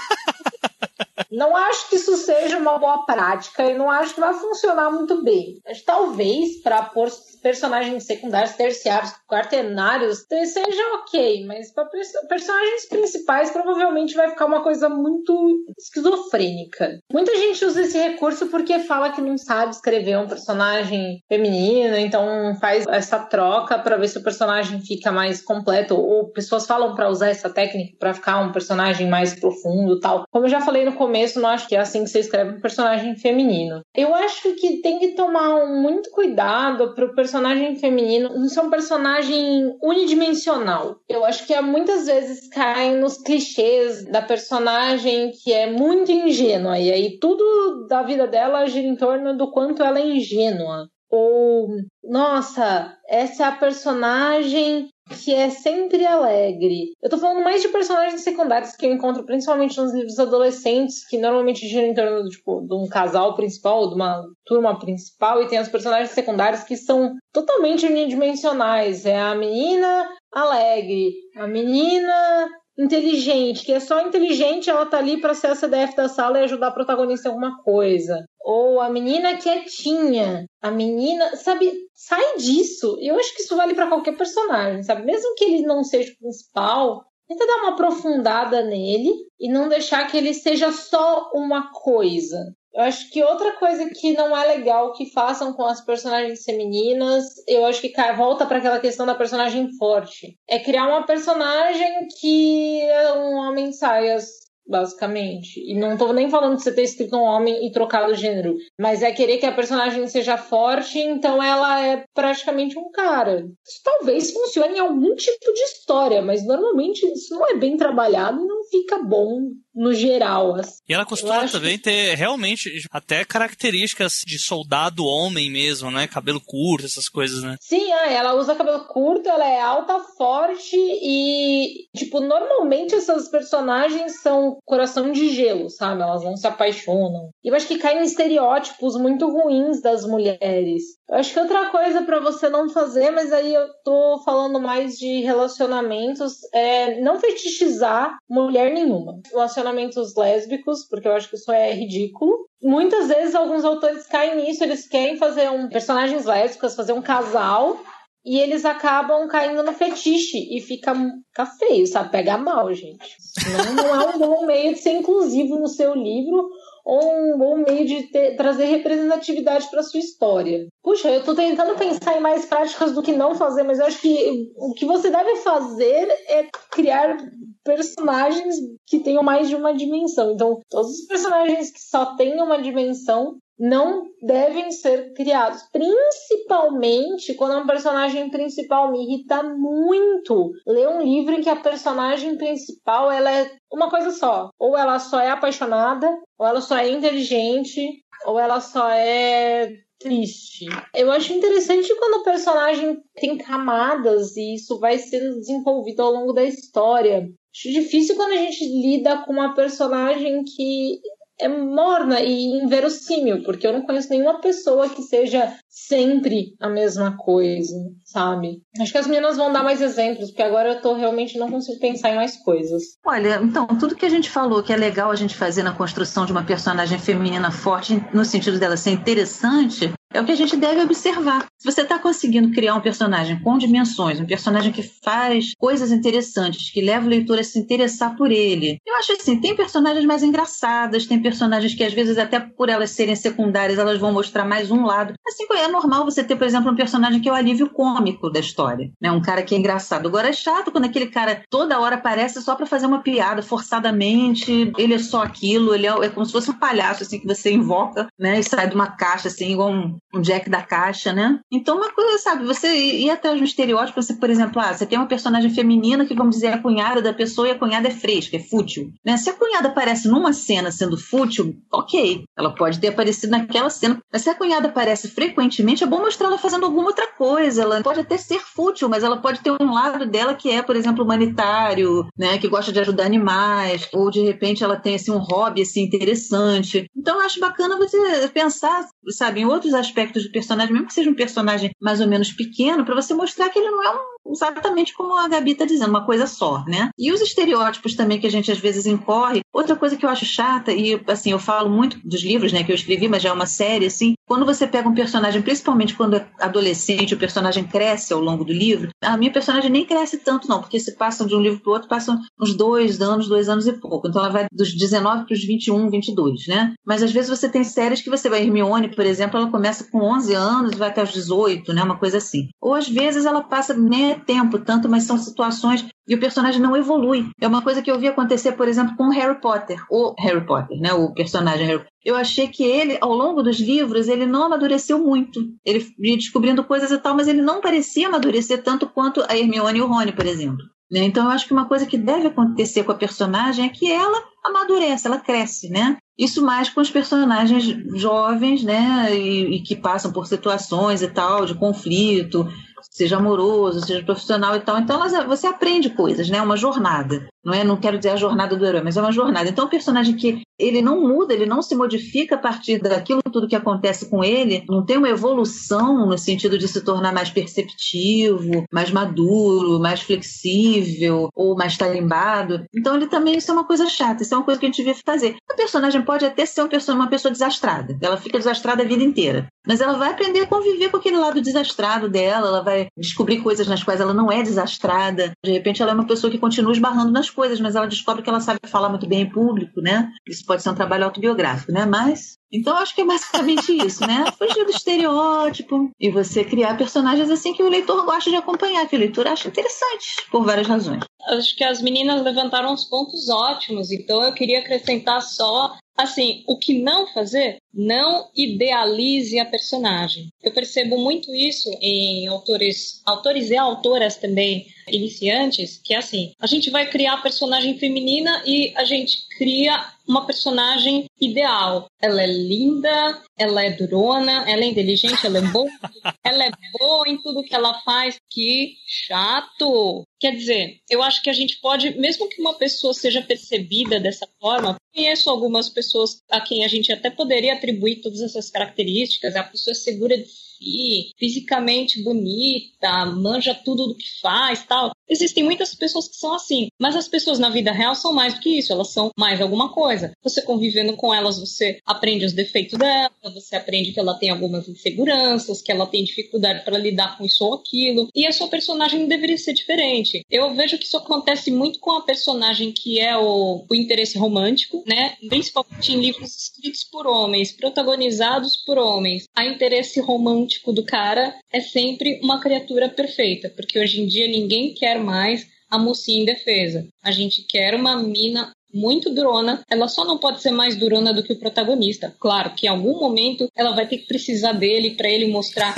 Não acho que isso seja uma boa prática e não acho que vai funcionar muito bem. Acho que talvez para pôr personagens secundários, terciários, quaternários seja ok, mas para personagens principais provavelmente vai ficar uma coisa muito esquizofrênica. Muita gente usa esse recurso porque fala que não sabe escrever um personagem feminino, então faz essa troca para ver se o personagem fica mais completo, ou pessoas falam para usar essa técnica para ficar um personagem mais profundo, tal. Como eu já falei no começo, não acho que é assim que você escreve um personagem feminino. Eu acho que tem que tomar muito cuidado pro personagem feminino não ser um personagem unidimensional. Eu acho que muitas vezes caem nos clichês da personagem que é muito ingênua, e aí tudo da vida dela gira em torno do quanto ela é ingênua. Ou, nossa, essa é a personagem que é sempre alegre. Eu tô falando mais de personagens secundários que eu encontro principalmente nos livros adolescentes, que normalmente giram em torno de um casal principal, de uma turma principal, e tem os personagens secundários que são totalmente unidimensionais. É a menina alegre, a menina inteligente, que é só inteligente, ela tá ali pra ser a CDF da sala e ajudar a protagonista em alguma coisa. Ou a menina quietinha, a menina, sabe, sai disso. Eu acho que isso vale pra qualquer personagem, sabe? Mesmo que ele não seja o principal, tenta dar uma aprofundada nele e não deixar que ele seja só uma coisa. Eu acho que outra coisa que não é legal que façam com as personagens femininas, eu acho que volta para aquela questão da personagem forte. É criar uma personagem que é um homem saias, basicamente. E não tô nem falando de você ter escrito um homem e trocado o gênero, mas é querer que a personagem seja forte, então ela é praticamente um cara. Isso talvez funcione em algum tipo de história, mas normalmente isso não é bem trabalhado e não fica bom no geral. Assim. E ela costuma também ter realmente até características de soldado homem mesmo, né? Cabelo curto, essas coisas, né? Sim, ela usa cabelo curto, ela é alta, forte e, tipo, normalmente essas personagens são coração de gelo, sabe? Elas não se apaixonam. E eu acho que caem em estereótipos muito ruins das mulheres. Eu acho que outra coisa pra você não fazer, mas aí eu tô falando mais de relacionamentos, é não fetichizar mulher nenhuma. Relacionamentos lésbicos, porque eu acho que isso é ridículo. Muitas vezes alguns autores caem nisso, eles querem fazer personagens lésbicas, fazer um casal, e eles acabam caindo no fetiche e fica feio, sabe? Pega mal, gente. Não é um bom meio de ser inclusivo no seu livro ou um bom meio de trazer representatividade para sua história. Puxa, eu tô tentando pensar em mais práticas do que não fazer, mas eu acho que o que você deve fazer é criar personagens que tenham mais de uma dimensão. Então, todos os personagens que só têm uma dimensão não devem ser criados. Principalmente quando um personagem principal me irrita muito. Ler um livro em que a personagem principal ela é uma coisa só. Ou ela só é apaixonada, ou ela só é inteligente, ou ela só é triste. Eu acho interessante quando o personagem tem camadas e isso vai sendo desenvolvido ao longo da história. Acho difícil quando a gente lida com uma personagem que é morna e inverossímil, porque eu não conheço nenhuma pessoa que seja sempre a mesma coisa, sabe? Acho que as meninas vão dar mais exemplos, porque agora eu realmente não consigo pensar em mais coisas. Olha, então, tudo que a gente falou que é legal a gente fazer na construção de uma personagem feminina forte, no sentido dela ser interessante, é o que a gente deve observar. Se você está conseguindo criar um personagem com dimensões, um personagem que faz coisas interessantes, que leva o leitor a se interessar por ele. Eu acho assim, tem personagens mais engraçadas, tem personagens que às vezes até por elas serem secundárias, elas vão mostrar mais um lado. Assim, é normal você ter, por exemplo, um personagem que é o alívio cômico da história, né? Um cara que é engraçado. Agora é chato quando aquele cara toda hora aparece só para fazer uma piada, forçadamente, ele é só aquilo, ele é como se fosse um palhaço, assim, que você invoca, né? E sai de uma caixa, assim, igual um Jack da caixa, né? Então, uma coisa, sabe, você ir atrás de um estereótipo, você, por exemplo, você tem uma personagem feminina que, vamos dizer, é a cunhada da pessoa e a cunhada é fresca, é fútil, né? Se a cunhada aparece numa cena sendo fútil, ok, ela pode ter aparecido naquela cena, mas se a cunhada aparece frequentemente, é bom mostrar ela fazendo alguma outra coisa, ela pode até ser fútil, mas ela pode ter um lado dela que é, por exemplo, humanitário, né? Que gosta de ajudar animais, ou de repente ela tem, assim, um hobby, assim, interessante. Então, eu acho bacana você pensar, sabe, em outros aspectos do personagem, mesmo que seja um personagem mais ou menos pequeno, para você mostrar que ele não é exatamente como a Gabi está dizendo, uma coisa só, né? E os estereótipos também que a gente às vezes incorre. Outra coisa que eu acho chata, e assim, eu falo muito dos livros, né, que eu escrevi, mas já é uma série, assim, quando você pega um personagem, principalmente quando é adolescente, o personagem cresce ao longo do livro, a minha personagem nem cresce tanto não, porque se passam de um livro para o outro, passam uns 2 anos e pouco. Então ela vai dos 19 para os 21, 22, né? Mas às vezes você tem séries que você vai, Hermione, por exemplo, ela começa com 11 anos e vai até os 18, né? Uma coisa assim. Ou às vezes ela passa nem é tempo tanto, mas são situações e o personagem não evolui. É uma coisa que eu vi acontecer, por exemplo, com o Harry Potter, né? O personagem Harry Potter. Eu achei que ele, ao longo dos livros, ele não amadureceu muito. Ele ia descobrindo coisas e tal, mas ele não parecia amadurecer tanto quanto a Hermione e o Rony, por exemplo. Então, eu acho que uma coisa que deve acontecer com a personagem é que ela amadurece, ela cresce, né? Isso mais com os personagens jovens, né? E que passam por situações e tal, de conflito, seja amoroso, seja profissional e tal. Então, você aprende coisas, né? É uma jornada. Não quero dizer a jornada do herói, mas é uma jornada. Então, o personagem que ele não muda, ele não se modifica a partir daquilo tudo que acontece com ele, não tem uma evolução no sentido de se tornar mais perceptivo, mais maduro, mais flexível ou mais talimbado. Então, ele também, isso é uma coisa chata, isso é uma coisa que a gente devia fazer. A personagem pode até ser uma pessoa desastrada, ela fica desastrada a vida inteira, mas ela vai aprender a conviver com aquele lado desastrado dela, ela vai descobrir coisas nas quais ela não é desastrada, de repente ela é uma pessoa que continua esbarrando nas coisas, mas ela descobre que ela sabe falar muito bem em público, né? Isso pode ser um trabalho autobiográfico, né? Mas, então acho que é basicamente isso, né? Fugir do estereótipo e você criar personagens assim que o leitor gosta de acompanhar, que o leitor acha interessantes, por várias razões. Acho que as meninas levantaram uns pontos ótimos, então eu queria acrescentar só, assim, o que não fazer, não idealize a personagem. Eu percebo muito isso em autores e autoras também iniciantes, que é assim, a gente vai criar a personagem feminina e a gente cria uma personagem ideal. Ela é linda, ela é durona, ela é inteligente, ela é boa em tudo que ela faz. Que chato! Quer dizer, eu acho que a gente pode, mesmo que uma pessoa seja percebida dessa forma, conheço algumas pessoas a quem a gente até poderia atribuir todas essas características, a pessoa segura de si, fisicamente bonita, manja tudo do que faz, tal. Existem muitas pessoas que são assim, mas as pessoas na vida real são mais do que isso, elas são mais alguma coisa. Você convivendo com elas, você aprende os defeitos dela, você aprende que ela tem algumas inseguranças, que ela tem dificuldade para lidar com isso ou aquilo, e a sua personagem não deveria ser diferente. Eu vejo que isso acontece muito com a personagem que é o interesse romântico, né? Principalmente em livros escritos por homens, protagonizados por homens. A interesse romântico do cara é sempre uma criatura perfeita, porque hoje em dia ninguém quer mais a mocinha indefesa. A gente quer uma mina muito durona, ela só não pode ser mais durona do que o protagonista. Claro que em algum momento ela vai ter que precisar dele para ele mostrar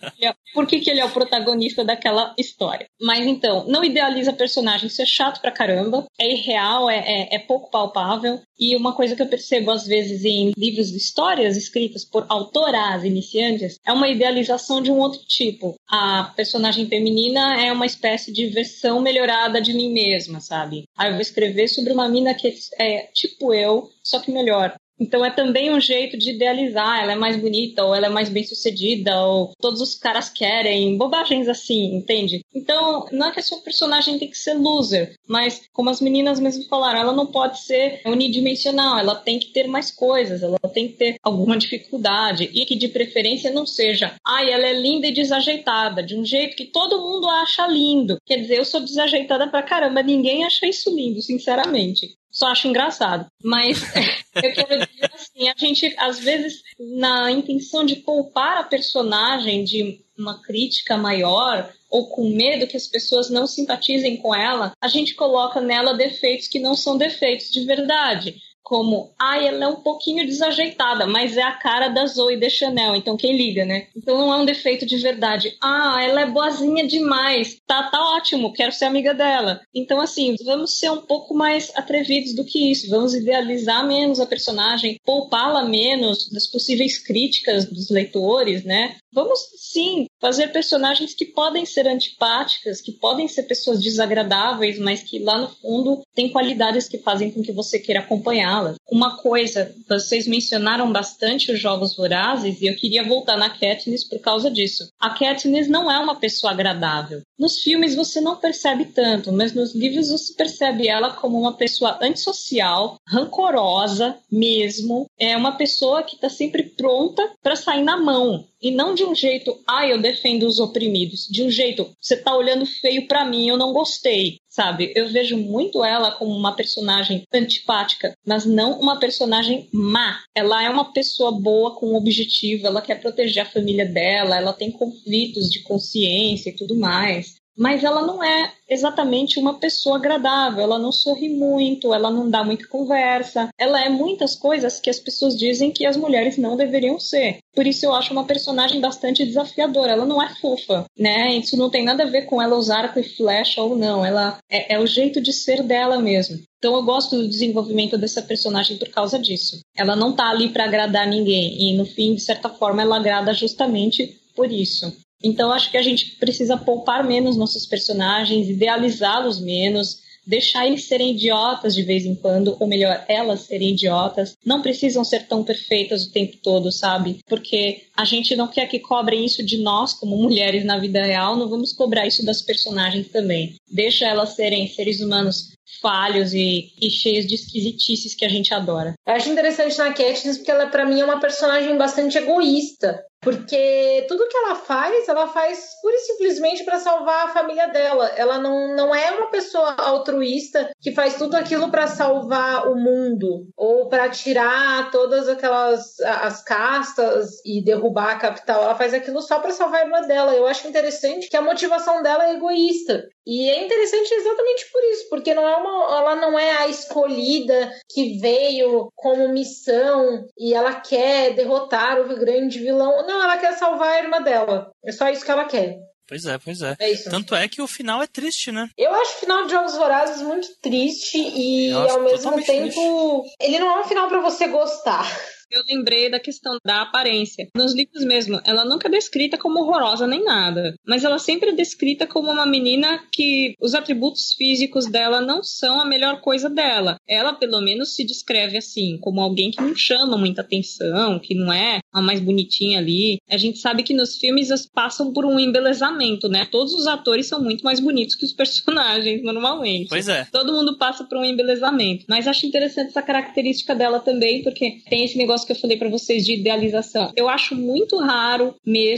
por que ele é o protagonista daquela história. Mas então, não idealiza personagem, isso é chato pra caramba, é irreal, é pouco palpável. E uma coisa que eu percebo às vezes em livros de histórias escritas por autoras iniciantes é uma idealização de um outro tipo. A personagem feminina é uma espécie de versão melhorada de mim mesma, sabe? Aí eu vou escrever sobre uma mina que é tipo eu, só que melhor. Então é também um jeito de idealizar, ela é mais bonita, ou ela é mais bem-sucedida, ou todos os caras querem, bobagens assim, entende? Então, não é que a sua personagem tem que ser loser, mas, como as meninas mesmo falaram, ela não pode ser unidimensional, ela tem que ter mais coisas, ela tem que ter alguma dificuldade, e que de preferência não seja, ela é linda e desajeitada, de um jeito que todo mundo acha lindo. Quer dizer, eu sou desajeitada pra caramba, ninguém acha isso lindo, sinceramente. Só acho engraçado. Mas eu quero dizer assim, a gente, às vezes, na intenção de poupar a personagem de uma crítica maior, ou com medo que as pessoas não simpatizem com ela, a gente coloca nela defeitos que não são defeitos de verdade. Como, ela é um pouquinho desajeitada, mas é a cara da Zooey Deschanel, então quem liga, né? Então não é um defeito de verdade. Ela é boazinha demais, tá ótimo, quero ser amiga dela. Então assim, vamos ser um pouco mais atrevidos do que isso, vamos idealizar menos a personagem, poupá-la menos das possíveis críticas dos leitores, né? Vamos, sim, fazer personagens que podem ser antipáticas, que podem ser pessoas desagradáveis, mas que lá no fundo têm qualidades que fazem com que você queira acompanhá-las. Uma coisa, vocês mencionaram bastante os Jogos Vorazes e eu queria voltar na Katniss por causa disso. A Katniss não é uma pessoa agradável. Nos filmes você não percebe tanto, mas nos livros você percebe ela como uma pessoa antissocial, rancorosa mesmo. É uma pessoa que está sempre pronta para sair na mão. E não de um jeito, eu defendo os oprimidos. De um jeito, você tá olhando feio pra mim, eu não gostei, sabe? Eu vejo muito ela como uma personagem antipática, mas não uma personagem má. Ela é uma pessoa boa com um objetivo, ela quer proteger a família dela, ela tem conflitos de consciência e tudo mais. Mas ela não é exatamente uma pessoa agradável, ela não sorri muito, ela não dá muita conversa, ela é muitas coisas que as pessoas dizem que as mulheres não deveriam ser. Por isso eu acho uma personagem bastante desafiadora, ela não é fofa, né? Isso não tem nada a ver com ela usar arco e flecha ou não, ela é o jeito de ser dela mesmo. Então eu gosto do desenvolvimento dessa personagem por causa disso. Ela não tá ali para agradar ninguém e no fim, de certa forma, ela agrada justamente por isso. Então, acho que a gente precisa poupar menos nossos personagens, idealizá-los menos, deixar eles serem idiotas de vez em quando, ou melhor, elas serem idiotas. Não precisam ser tão perfeitas o tempo todo, sabe? Porque a gente não quer que cobrem isso de nós, como mulheres na vida real, não vamos cobrar isso das personagens também. Deixa elas serem seres humanos falhos e cheios de esquisitices que a gente adora. Eu acho interessante na Katniss porque ela, pra mim, é uma personagem bastante egoísta. Porque tudo que ela faz pura e simplesmente para salvar a família dela. Ela não é uma pessoa altruísta que faz tudo aquilo para salvar o mundo ou para tirar todas aquelas as castas e derrubar a capital. Ela faz aquilo só para salvar a irmã dela. Eu acho interessante que a motivação dela é egoísta. E é interessante exatamente por isso, porque ela não é a escolhida que veio como missão e ela quer derrotar o grande vilão. Não, ela quer salvar a irmã dela. É só isso que ela quer. Pois é, pois é. É isso. Tanto é que o final é triste, né? Eu acho o final de Jogos Vorazes muito triste e, ao mesmo tempo, triste. Ele não é um final pra você gostar. Eu lembrei da questão da aparência. Nos livros mesmo, ela nunca é descrita como horrorosa nem nada. Mas ela sempre é descrita como uma menina que os atributos físicos dela não são a melhor coisa dela. Ela, pelo menos, se descreve assim, como alguém que não chama muita atenção, que não é a mais bonitinha ali. A gente sabe que nos filmes elas passam por um embelezamento, né? Todos os atores são muito mais bonitos que os personagens, normalmente. Pois é. Todo mundo passa por um embelezamento. Mas acho interessante essa característica dela também, porque tem esse negócio que eu falei pra vocês de idealização. Eu acho muito raro mesmo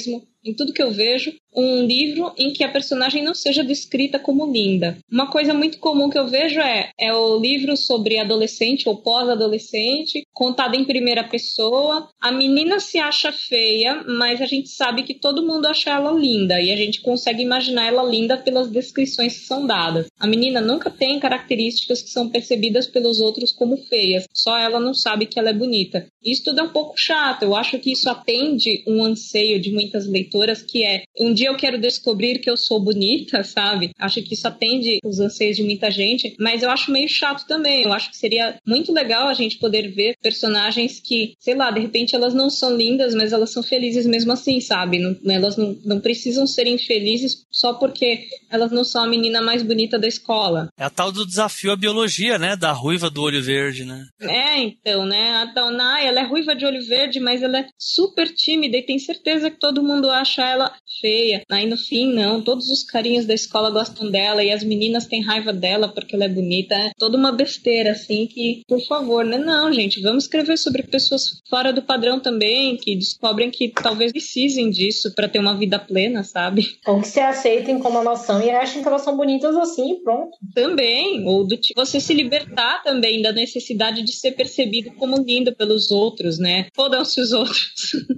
em tudo que eu vejo, um livro em que a personagem não seja descrita como linda. Uma coisa muito comum que eu vejo é o livro sobre adolescente ou pós-adolescente, contado em primeira pessoa. A menina se acha feia, mas a gente sabe que todo mundo acha ela linda e a gente consegue imaginar ela linda pelas descrições que são dadas. A menina nunca tem características que são percebidas pelos outros como feias, só ela não sabe que ela é bonita. Isso tudo é um pouco chato, eu acho que isso atende um anseio de muitas leitoras que é, um dia eu quero descobrir que eu sou bonita, sabe? Acho que isso atende os anseios de muita gente, mas eu acho meio chato também. Eu acho que seria muito legal a gente poder ver personagens que, sei lá, de repente elas não são lindas, mas elas são felizes mesmo assim, sabe? Elas não precisam ser infelizes só porque elas não são a menina mais bonita da escola. É a tal do desafio à biologia, né? Da ruiva do olho verde, né? Então, né? A Dawnai, ela é ruiva de olho verde, mas ela é super tímida e tem certeza que todo mundo acha ela feia. Aí no fim, não. Todos os carinhas da escola gostam dela e as meninas têm raiva dela porque ela é bonita. É toda uma besteira, assim, que, por favor, né? Não, gente, vamos escrever sobre pessoas fora do padrão também, que descobrem que talvez precisem disso pra ter uma vida plena, sabe? Ou que se aceitem como elas são e achem que elas são bonitas assim e pronto. Também. Ou do tipo, você se libertar também da necessidade de ser percebido como lindo pelos outros, né? Fodam-se os outros.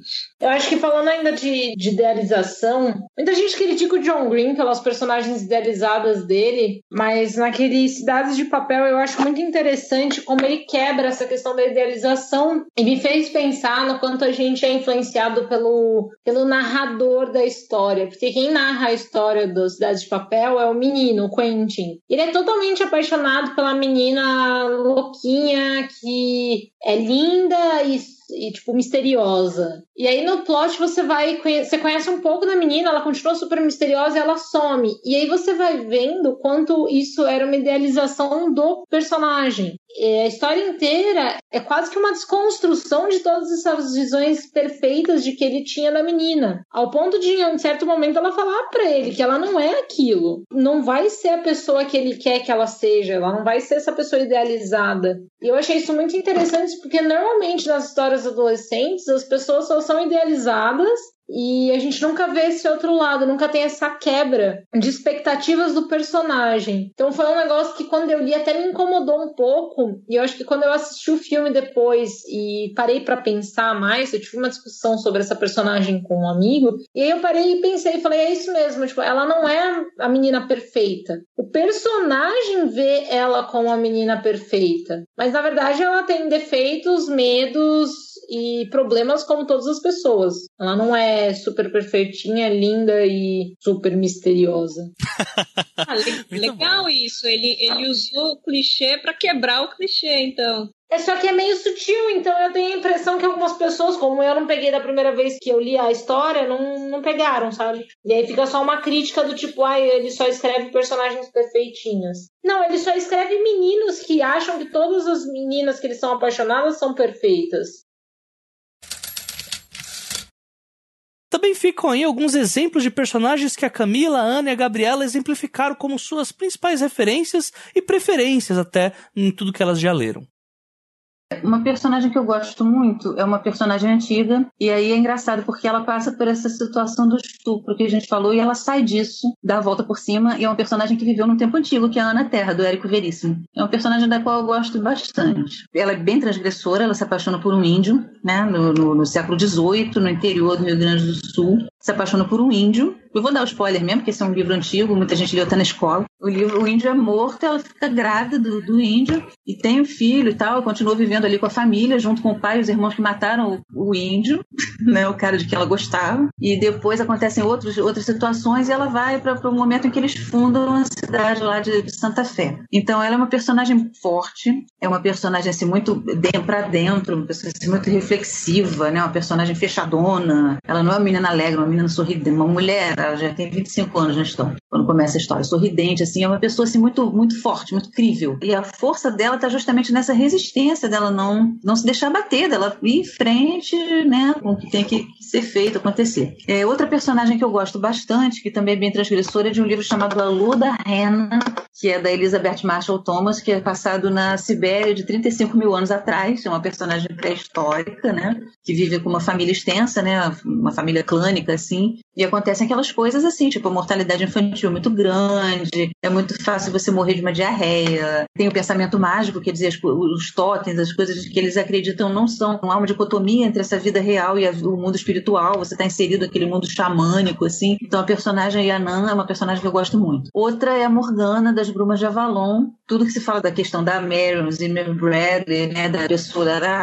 Eu acho que falando ainda de idealização, muita gente critica o John Green pelas personagens idealizadas dele, mas naquele Cidades de Papel eu acho muito interessante como ele quebra essa questão da idealização e me fez pensar no quanto a gente é influenciado pelo narrador da história, porque quem narra a história do Cidades de Papel é o menino, o Quentin. Ele é totalmente apaixonado pela menina louquinha que é linda e tipo, misteriosa. E aí no plot você conhece um pouco da menina, ela continua super misteriosa e ela some. E aí você vai vendo quanto isso era uma idealização do personagem. E a história inteira é quase que uma desconstrução de todas essas visões perfeitas de que ele tinha da menina. Ao ponto de, em um certo momento, ela falar pra ele que ela não é aquilo. Não vai ser a pessoa que ele quer que ela seja. Ela não vai ser essa pessoa idealizada. E eu achei isso muito interessante porque normalmente nas histórias adolescentes as pessoas só são idealizadas e a gente nunca vê esse outro lado, nunca tem essa quebra de expectativas do personagem. Então foi um negócio que quando eu li até me incomodou um pouco, e eu acho que quando eu assisti o filme depois e parei pra pensar mais, eu tive uma discussão sobre essa personagem com um amigo, e aí eu parei e pensei e falei, é isso mesmo, tipo, ela não é a menina perfeita. O personagem vê ela como a menina perfeita, mas na verdade ela tem defeitos, medos e problemas como todas as pessoas. Ela não é super perfeitinha, linda e super misteriosa. Legal bom. Isso. Ele usou o clichê pra quebrar o clichê, então. É só que é meio sutil, então eu tenho a impressão que algumas pessoas, como eu não peguei da primeira vez que eu li a história, não pegaram, sabe? E aí fica só uma crítica do tipo, ele só escreve personagens perfeitinhos. Não, ele só escreve meninos que acham que todas as meninas que eles são apaixonadas são perfeitas. Também ficam aí alguns exemplos de personagens que a Camila, a Ana e a Gabriela exemplificaram como suas principais referências e preferências até em tudo que elas já leram. Uma personagem que eu gosto muito é uma personagem antiga, e aí é engraçado porque ela passa por essa situação do estupro que a gente falou e ela sai disso, dá a volta por cima, e é uma personagem que viveu num tempo antigo, que é a Ana Terra, do Érico Veríssimo. É uma personagem da qual eu gosto bastante. Ela é bem transgressora, ela se apaixona por um índio, né, no século XVIII, no interior do Rio Grande do Sul. Se apaixona por um índio. Eu vou dar o spoiler mesmo, porque esse é um livro antigo, muita gente leu até na escola. O índio é morto, ela fica grávida do índio e tem um filho e tal, continua vivendo ali com a família, junto com o pai e os irmãos que mataram o índio, né, o cara de que ela gostava. E depois acontecem outras situações e ela vai para o momento em que eles fundam a cidade lá de Santa Fé. Então ela é uma personagem forte, é uma personagem assim, muito pra dentro, uma pessoa assim, muito reflexiva, né, uma personagem fechadona. Ela não é uma menina alegre, uma menina sorridente, uma mulher, ela já tem 25 anos na história, quando começa a história, sorridente, assim, é uma pessoa assim, muito, muito forte, muito crível. E a força dela está justamente nessa resistência dela não se deixar bater, dela ir em frente, né, com o que tem que ser feito, acontecer. Outra personagem que eu gosto bastante, que também é bem transgressora, é de um livro chamado A Lua da Rena, que é da Elizabeth Marshall Thomas, que é passado na Sibéria de 35 mil anos atrás. É uma personagem pré-histórica, né? Que vive com uma família extensa, né? Uma família clânica, assim. E acontecem aquelas coisas assim, tipo a mortalidade infantil muito grande, é muito fácil você morrer de uma diarreia. Tem o pensamento mágico, quer dizer, os totens, as coisas que eles acreditam não há uma dicotomia entre essa vida real e o mundo espiritual. Você está inserido naquele mundo xamânico, assim. Então a personagem Yannan é uma personagem que eu gosto muito. Outra é a Morgana, das Brumas de Avalon. Tudo que se fala da questão da Marion Zimmer Bradley, né, da pessoa,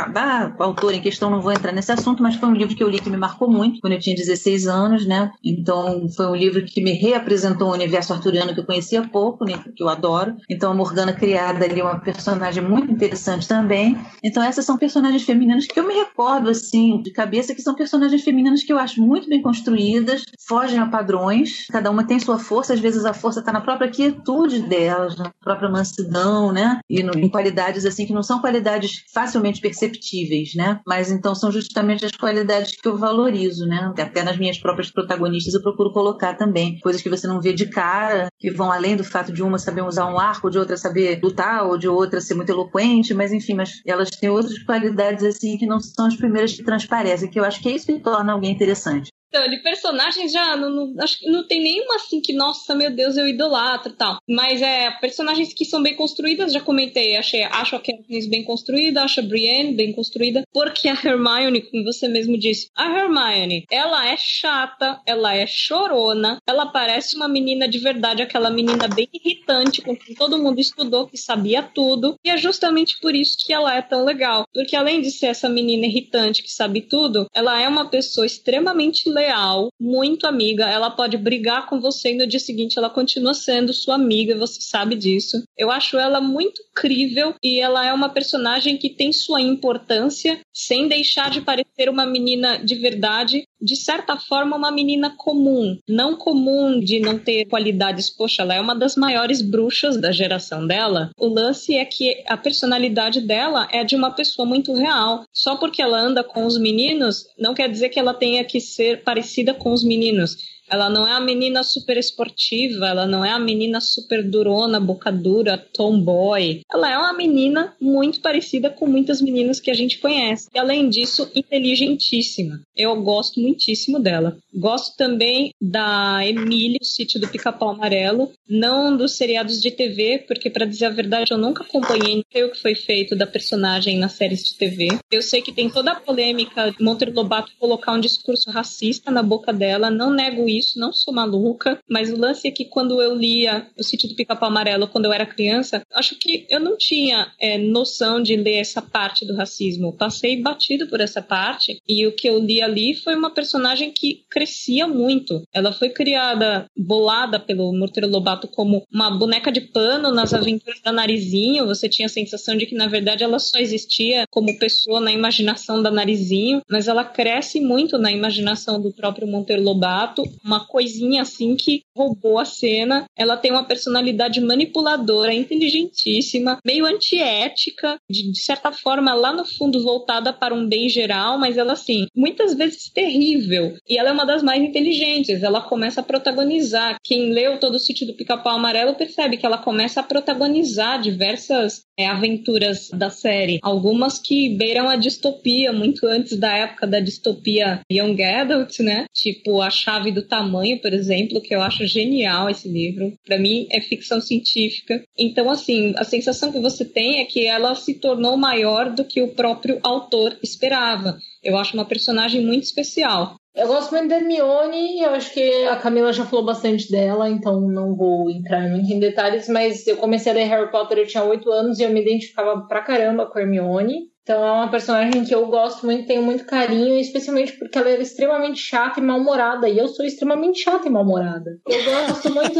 da autora em questão, não vou entrar nesse assunto, mas foi um livro que eu li que me marcou muito, quando eu tinha 16 anos, né? Então foi um livro que me reapresentou o universo arturiano que eu conhecia pouco, né, que eu adoro. Então a Morgana criada ali é uma personagem muito interessante também. Então essas são personagens femininas que eu me recordo, assim, de cabeça, que são personagens femininas que eu acho muito bem construídas, fogem a padrões, cada uma tem sua força, às vezes a força está na própria quietude delas, na própria mansidão, né? E em qualidades assim que não são qualidades facilmente perceptíveis, né? Mas então são justamente as qualidades que eu valorizo, né? Até nas minhas próprias protagonistas eu procuro colocar também coisas que você não vê de cara, que vão além do fato de uma saber usar um arco, de outra saber lutar, ou de outra ser muito eloquente, mas enfim, mas elas têm outras qualidades assim que não são as primeiras que transparecem, que eu acho que é isso que torna alguém interessante. Então, de personagens já acho que não tem nenhuma assim que, nossa, meu Deus, eu idolatro e tal. Mas personagens que são bem construídas, já comentei, acho a Katniss bem construída, acho a Brienne bem construída, porque a Hermione, como você mesmo disse, a Hermione, ela é chata, ela é chorona, ela parece uma menina de verdade, aquela menina bem irritante, com quem todo mundo estudou, que sabia tudo, e é justamente por isso que ela é tão legal, porque além de ser essa menina irritante que sabe tudo, ela é uma pessoa extremamente leal, muito amiga, ela pode brigar com você e no dia seguinte ela continua sendo sua amiga, você sabe disso. Eu acho ela muito crível e ela é uma personagem que tem sua importância sem deixar de parecer uma menina de verdade, de certa forma uma menina comum, não comum de não ter qualidades. Poxa, ela é uma das maiores bruxas da geração dela. O lance é que a personalidade dela é de uma pessoa muito real. Só porque ela anda com os meninos, não quer dizer que ela tenha que ser parecida com os meninos. Ela não é a menina super esportiva, ela não é a menina super durona, boca dura, tomboy. Ela é uma menina muito parecida com muitas meninas que a gente conhece. E além disso, inteligentíssima. Eu gosto muitíssimo dela. Gosto também da Emília, o Sítio do Pica-Pau Amarelo. Não dos seriados de TV, porque pra dizer a verdade eu nunca acompanhei o que foi feito da personagem nas séries de TV. Eu sei que tem toda a polêmica de Monteiro Lobato colocar um discurso racista na boca dela, não nego isso, não sou maluca, mas o lance é que quando eu lia O Sítio do Pica-Pau Amarelo quando eu era criança, acho que eu não tinha noção de ler essa parte do racismo. Passei batido por essa parte e o que eu li ali foi uma personagem que crescia muito. Ela foi criada, bolada pelo Monteiro Lobato como uma boneca de pano nas aventuras da Narizinho. Você tinha a sensação de que na verdade ela só existia como pessoa na imaginação da Narizinho, mas ela cresce muito na imaginação do próprio Monteiro Lobato, uma coisinha assim que roubou a cena. Ela tem uma personalidade manipuladora, inteligentíssima, meio antiética, de certa forma lá no fundo voltada para um bem geral, mas ela assim, muitas vezes terrível. E ela é uma das mais inteligentes, ela começa a protagonizar. Quem leu todo o Sítio do Pica-Pau Amarelo percebe que ela começa a protagonizar diversas aventuras da série, algumas que beiram a distopia, muito antes da época da distopia Young Adult, né? Tipo A Chave do Tamanho, por exemplo, que eu acho genial esse livro. Pra mim é ficção científica. Então, assim, a sensação que você tem é que ela se tornou maior do que o próprio autor esperava. Eu acho uma personagem muito especial. Eu gosto muito da Hermione, eu acho que a Camila já falou bastante dela, então não vou entrar muito em detalhes, mas eu comecei a ler Harry Potter, eu tinha 8 anos e eu me identificava pra caramba com a Hermione. Então é uma personagem que eu gosto muito, tenho muito carinho, especialmente porque ela é extremamente chata e mal-humorada, e eu sou extremamente chata e mal-humorada. Eu gosto muito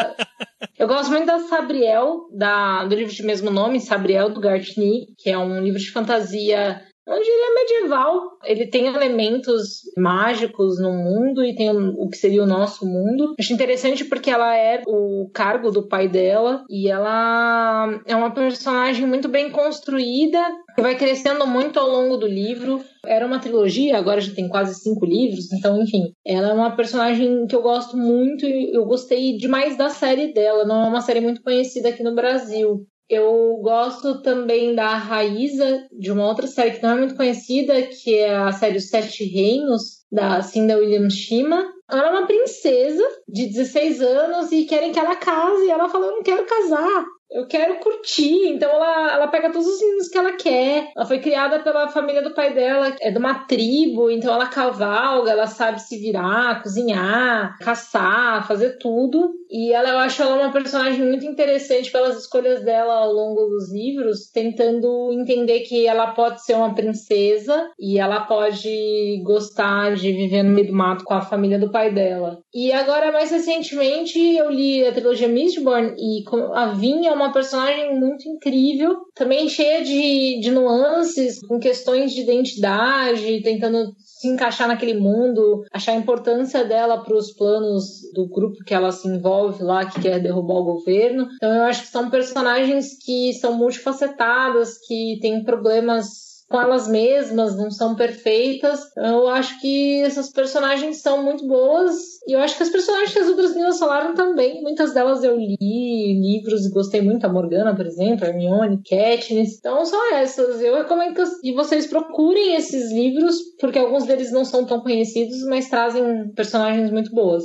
da Sabriel, do livro de mesmo nome, Sabriel, do Garth Nix, que é um livro de fantasia Eu diria medieval. Ele tem elementos mágicos no mundo e tem o que seria o nosso mundo. Acho interessante porque ela é o cargo do pai dela e ela é uma personagem muito bem construída, que vai crescendo muito ao longo do livro. Era uma trilogia, agora já tem quase 5 livros, então, enfim. Ela é uma personagem que eu gosto muito e eu gostei demais da série dela. Não é uma série muito conhecida aqui no Brasil. Eu gosto também da Raíza, de uma outra série que não é muito conhecida, que é a série Os Sete Reinos, da Cinda Williams Shima. Ela é uma princesa de 16 anos e querem que ela case. E ela fala, eu não quero casar. Eu quero curtir. Então ela pega todos os meninos que ela quer. Ela foi criada pela família do pai dela, é de uma tribo, então ela cavalga, ela sabe se virar, cozinhar, caçar, fazer tudo. E eu acho ela uma personagem muito interessante pelas escolhas dela ao longo dos livros, tentando entender que ela pode ser uma princesa e ela pode gostar de viver no meio do mato com a família do pai dela. E agora, mais recentemente, eu li a trilogia Mistborn e a Vin é uma personagem muito incrível, também cheia de nuances, com questões de identidade, tentando se encaixar naquele mundo, achar a importância dela para os planos do grupo que ela se envolve lá, que quer derrubar o governo. Então eu acho que são personagens que são multifacetadas, que têm problemas com elas mesmas, não são perfeitas. Eu acho que essas personagens são muito boas e eu acho que as personagens que as outras meninas falaram também, muitas delas eu li livros e gostei muito, a Morgana, por exemplo, a Hermione, Katniss. Então são essas. Eu recomendo que vocês procurem esses livros, porque alguns deles não são tão conhecidos, mas trazem personagens muito boas.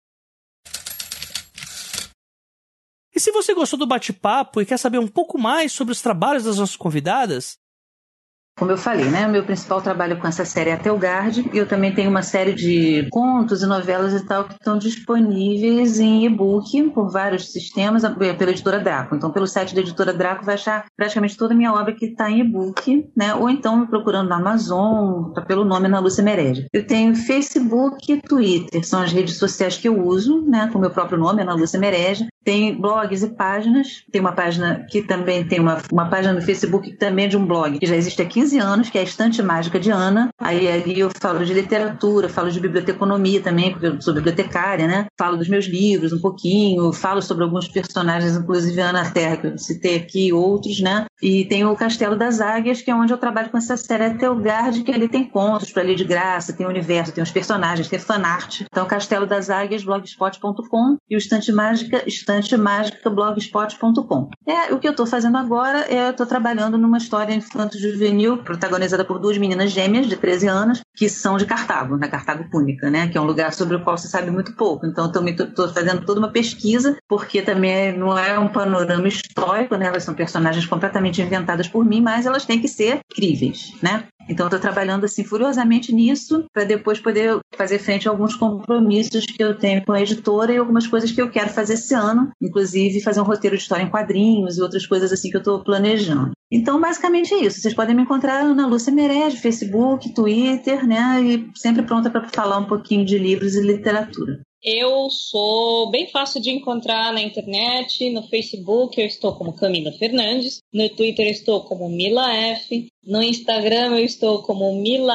E se você gostou do bate-papo e quer saber um pouco mais sobre os trabalhos das nossas convidadas, como eu falei, né? O meu principal trabalho com essa série é a Telgard, e eu também tenho uma série de contos e novelas e tal que estão disponíveis em e-book por vários sistemas pela Editora Draco. Então, pelo site da Editora Draco vai achar praticamente toda a minha obra que está em e-book, né? Ou então me procurando na Amazon, pelo nome Ana Lúcia Merege. Eu tenho Facebook e Twitter, são as redes sociais que eu uso, né? Com o meu próprio nome, Ana Lúcia Merege. Tem blogs e páginas. Tem uma página que também tem uma página no Facebook que também é de um blog que já existe há 15 anos, que é a Estante Mágica de Ana. Aí ali eu falo de literatura, falo de biblioteconomia também, porque eu sou bibliotecária, né? Falo dos meus livros um pouquinho, falo sobre alguns personagens, inclusive a Ana Terra, que eu citei aqui, outros, né? E tem o Castelo das Águias, que é onde eu trabalho com essa série Telgard, que ali tem contos para ler de graça, tem o universo, tem os personagens, tem fanart. Então, Castelo das Águias, blogspot.com, e o Estante Mágica, blogspot.com. O que eu estou fazendo agora eu estou trabalhando numa história infanto-juvenil protagonizada por 2 meninas gêmeas de 13 anos que são de Cartago, na Cartago Púnica, né? Que é um lugar sobre o qual se sabe muito pouco. Então também estou fazendo toda uma pesquisa, porque também não é um panorama histórico, né? Elas são personagens completamente inventadas por mim, mas elas têm que ser críveis, né? Então, estou trabalhando assim furiosamente nisso para depois poder fazer frente a alguns compromissos que eu tenho com a editora e algumas coisas que eu quero fazer esse ano, inclusive fazer um roteiro de história em quadrinhos e outras coisas assim que eu estou planejando. Então, basicamente é isso. Vocês podem me encontrar na Lúcia Merege, Facebook, Twitter, né? E sempre pronta para falar um pouquinho de livros e literatura. Eu sou bem fácil de encontrar na internet. No Facebook eu estou como Camila Fernandes, no Twitter eu estou como Mila F, no Instagram eu estou como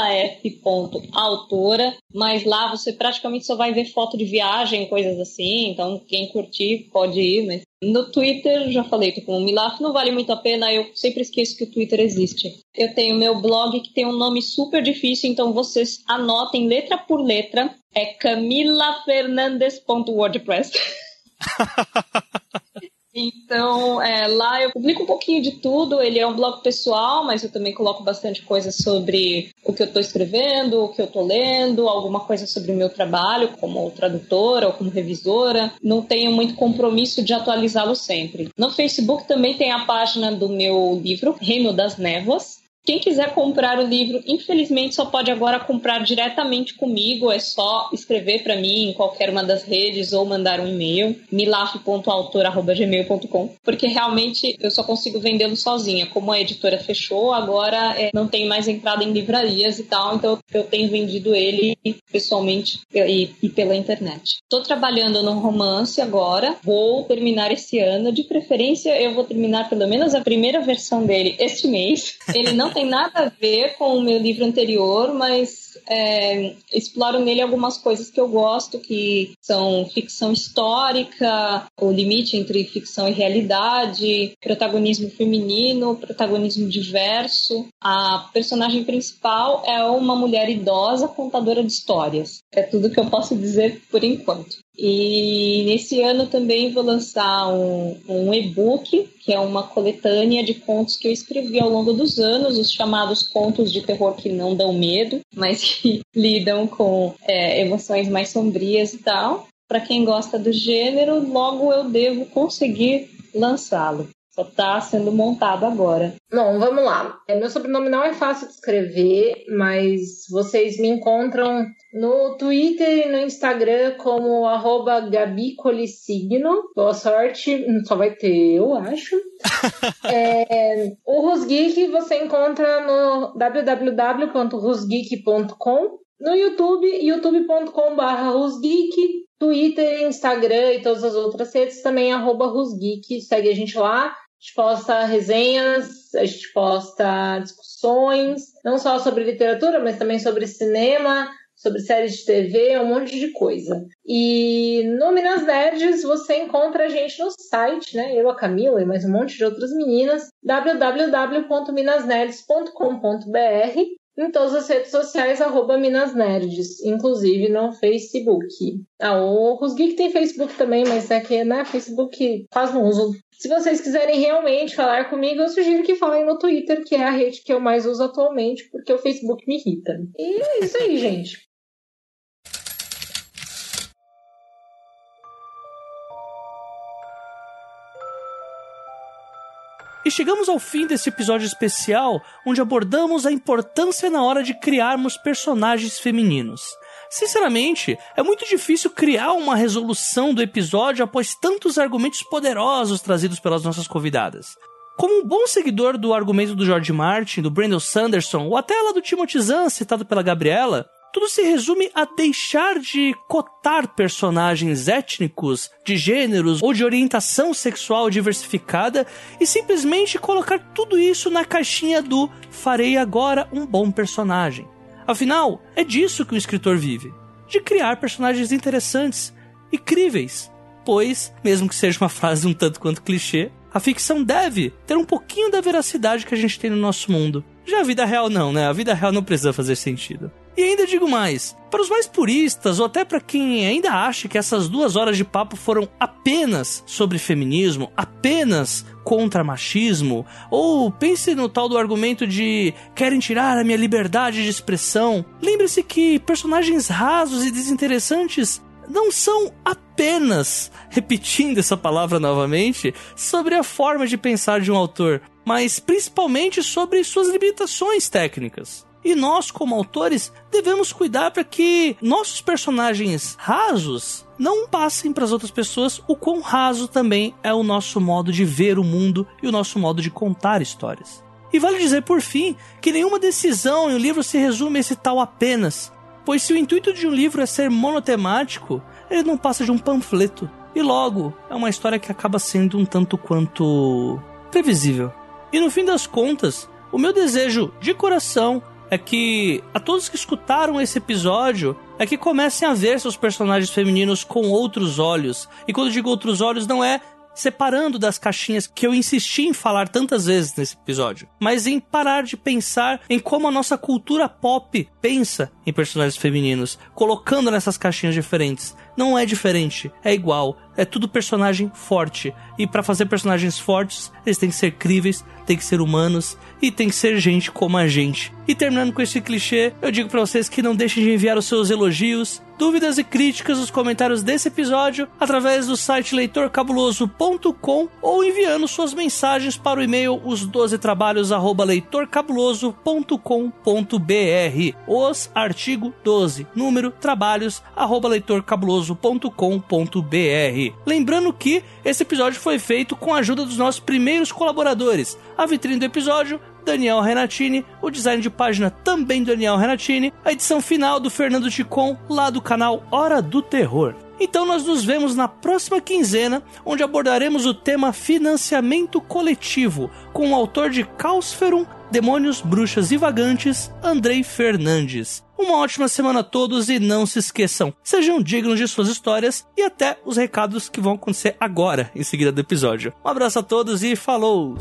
milaf.autora, mas lá você praticamente só vai ver foto de viagem, coisas assim, então quem curtir pode ir, mas no Twitter, já falei, tô como Milaf, não vale muito a pena, eu sempre esqueço que o Twitter existe. Eu tenho meu blog que tem um nome super difícil, então vocês anotem letra por letra, é camilafernandes.wordpress. Então, lá eu publico um pouquinho de tudo, ele é um blog pessoal, mas eu também coloco bastante coisa sobre o que eu estou escrevendo, o que eu estou lendo, alguma coisa sobre o meu trabalho como tradutora ou como revisora. Não tenho muito compromisso de atualizá-lo sempre. No Facebook também tem a página do meu livro, Reino das Névoas. Quem quiser comprar o livro, infelizmente só pode agora comprar diretamente comigo, é só escrever para mim em qualquer uma das redes ou mandar um e-mail, milaf.autor@gmail.com, porque realmente eu só consigo vendê-lo sozinha. Como a editora fechou, agora não tem mais entrada em livrarias e tal, então eu tenho vendido ele pessoalmente e pela internet. Estou trabalhando num romance agora, vou terminar esse ano, de preferência eu vou terminar pelo menos a primeira versão dele este mês. Ele não não tem nada a ver com o meu livro anterior, mas exploro nele algumas coisas que eu gosto, que são ficção histórica, o limite entre ficção e realidade, protagonismo feminino, protagonismo diverso. A personagem principal é uma mulher idosa contadora de histórias. É tudo que eu posso dizer por enquanto. E nesse ano também vou lançar um e-book, que é uma coletânea de contos que eu escrevi ao longo dos anos, os chamados contos de terror que não dão medo, mas que lidam com emoções mais sombrias e tal. Para quem gosta do gênero, logo eu devo conseguir lançá-lo. Só está sendo montado agora. Bom, vamos lá. Meu sobrenome não é fácil de escrever, mas vocês me encontram no Twitter e no Instagram como @GabiColissigno. Boa sorte, só vai ter, eu acho. O Rusgeek você encontra no www.rusgeek.com, no YouTube, youtube.com/Rusgeek, Twitter, Instagram e todas as outras redes também @Rusgeek. Segue a gente lá. A gente posta resenhas, a gente posta discussões, não só sobre literatura, mas também sobre cinema, sobre séries de TV, um monte de coisa. E no Minas Nerds você encontra a gente no site, né? Eu, a Camila e mais um monte de outras meninas, www.minasnerds.com.br, em todas as redes sociais, @MinasNerds, inclusive no Facebook. O Rusgeek tem Facebook também, mas Facebook quase não uso. Se vocês quiserem realmente falar comigo, eu sugiro que falem no Twitter, que é a rede que eu mais uso atualmente, porque o Facebook me irrita. E é isso aí, gente. E chegamos ao fim desse episódio especial, onde abordamos a importância na hora de criarmos personagens femininos. Sinceramente, é muito difícil criar uma resolução do episódio após tantos argumentos poderosos trazidos pelas nossas convidadas. Como um bom seguidor do argumento do George Martin, do Brandon Sanderson, ou até lá do Timothy Zahn, citado pela Gabriela, tudo se resume a deixar de cotar personagens étnicos, de gêneros ou de orientação sexual diversificada e simplesmente colocar tudo isso na caixinha do "farei agora um bom personagem". Afinal, é disso que o escritor vive, de criar personagens interessantes e críveis. Pois, mesmo que seja uma frase um tanto quanto clichê, a ficção deve ter um pouquinho da veracidade que a gente tem no nosso mundo. Já a vida real não, né? A vida real não precisa fazer sentido. E ainda digo mais, para os mais puristas ou até para quem ainda acha que essas 2 horas de papo foram apenas sobre feminismo, apenas contra machismo, ou pense no tal do argumento de querem tirar a minha liberdade de expressão, lembre-se que personagens rasos e desinteressantes não são apenas, repetindo essa palavra novamente, sobre a forma de pensar de um autor, mas principalmente sobre suas limitações técnicas. E nós, como autores, devemos cuidar para que nossos personagens rasos não passem para as outras pessoas o quão raso também é o nosso modo de ver o mundo e o nosso modo de contar histórias. E vale dizer, por fim, que nenhuma decisão em um livro se resume a esse tal apenas, pois se o intuito de um livro é ser monotemático, ele não passa de um panfleto. E logo, é uma história que acaba sendo um tanto quanto previsível. E no fim das contas, o meu desejo de coração é que a todos que escutaram esse episódio é que comecem a ver seus personagens femininos com outros olhos. E quando eu digo outros olhos, não é separando das caixinhas que eu insisti em falar tantas vezes nesse episódio, mas em parar de pensar em como a nossa cultura pop pensa em personagens femininos, colocando nessas caixinhas diferentes. Não é diferente, é igual, é tudo personagem forte. E para fazer personagens fortes, eles têm que ser críveis, têm que ser humanos e tem que ser gente como a gente. E terminando com esse clichê, eu digo para vocês que não deixem de enviar os seus elogios, dúvidas e críticas nos comentários desse episódio através do site leitorcabuloso.com ou enviando suas mensagens para o e-mail os12trabalhos@leitorcabuloso.com.br, os artigo 12, número trabalhos@leitorcabuloso.com.br. Lembrando que esse episódio foi feito com a ajuda dos nossos primeiros colaboradores. A vitrine do episódio, Daniel Renatini, o design de página também Daniel Renatini, a edição final do Fernando Ticon, lá do canal Hora do Terror. Então nós nos vemos na próxima quinzena, onde abordaremos o tema financiamento coletivo, com o autor de Caosferum, Demônios, Bruxas e Vagantes, Andrei Fernandes. Uma ótima semana a todos e não se esqueçam, sejam dignos de suas histórias e até os recados que vão acontecer agora, em seguida do episódio. Um abraço a todos e falou!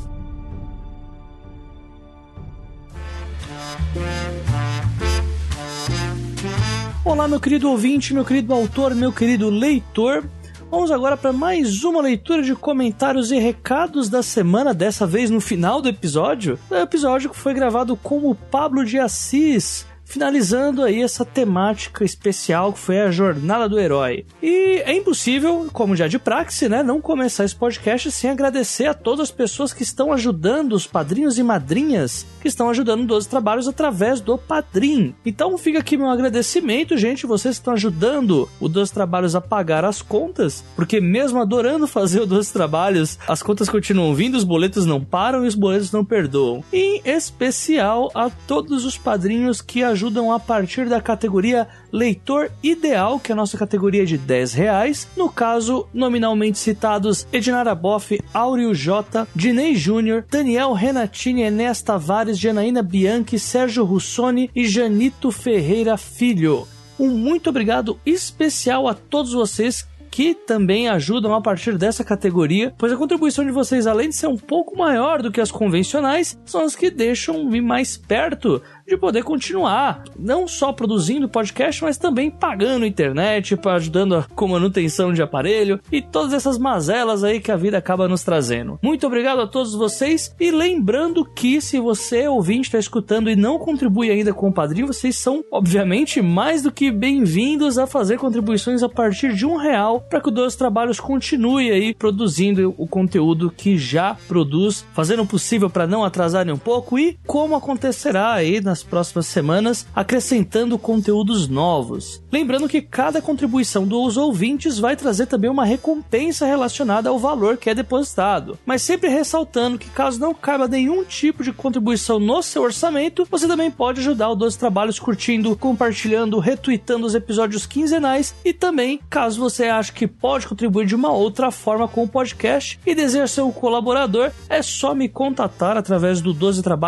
Olá, meu querido ouvinte, meu querido autor, meu querido leitor. Vamos agora para mais uma leitura de comentários e recados da semana, dessa vez no final do episódio. O episódio que foi gravado com o Pablo de Assis, finalizando aí essa temática especial que foi a Jornada do Herói. E é impossível, como já de praxe, né, não começar esse podcast sem agradecer a todas as pessoas que estão ajudando, os padrinhos e madrinhas que estão ajudando o 12 Trabalhos através do Padrim. Então fica aqui meu agradecimento, gente, vocês estão ajudando o 12 Trabalhos a pagar as contas, porque mesmo adorando fazer o 12 Trabalhos, as contas continuam vindo, os boletos não param e os boletos não perdoam. Em especial a todos os padrinhos que ajudam a partir da categoria Leitor Ideal, que é a nossa categoria de R$10. No caso, nominalmente citados Edinara Boff, Áureo J, Dinei Júnior, Daniel Renatini, Enéas Tavares, Janaína Bianchi, Sérgio Russoni e Janito Ferreira Filho. Um muito obrigado especial a todos vocês que também ajudam a partir dessa categoria, pois a contribuição de vocês, além de ser um pouco maior do que as convencionais, são as que deixam-me mais perto de poder continuar, não só produzindo podcast, mas também pagando internet, ajudando com manutenção de aparelho e todas essas mazelas aí que a vida acaba nos trazendo. Muito obrigado a todos vocês, e lembrando que se você, ouvinte, está escutando e não contribui ainda com o Padrinho, vocês são, obviamente, mais do que bem-vindos a fazer contribuições a partir de R$1 para que o 12 Trabalhos continue aí produzindo o conteúdo que já produz, fazendo o possível para não atrasar nem um pouco, e como acontecerá aí nas próximas semanas, acrescentando conteúdos novos. Lembrando que cada contribuição dos ouvintes vai trazer também uma recompensa relacionada ao valor que é depositado, mas sempre ressaltando que caso não caiba nenhum tipo de contribuição no seu orçamento, você também pode ajudar o 12 Trabalhos curtindo, compartilhando, retweetando os episódios quinzenais, e também, caso você ache que pode contribuir de uma outra forma com o podcast e deseja ser um colaborador, é só me contatar através do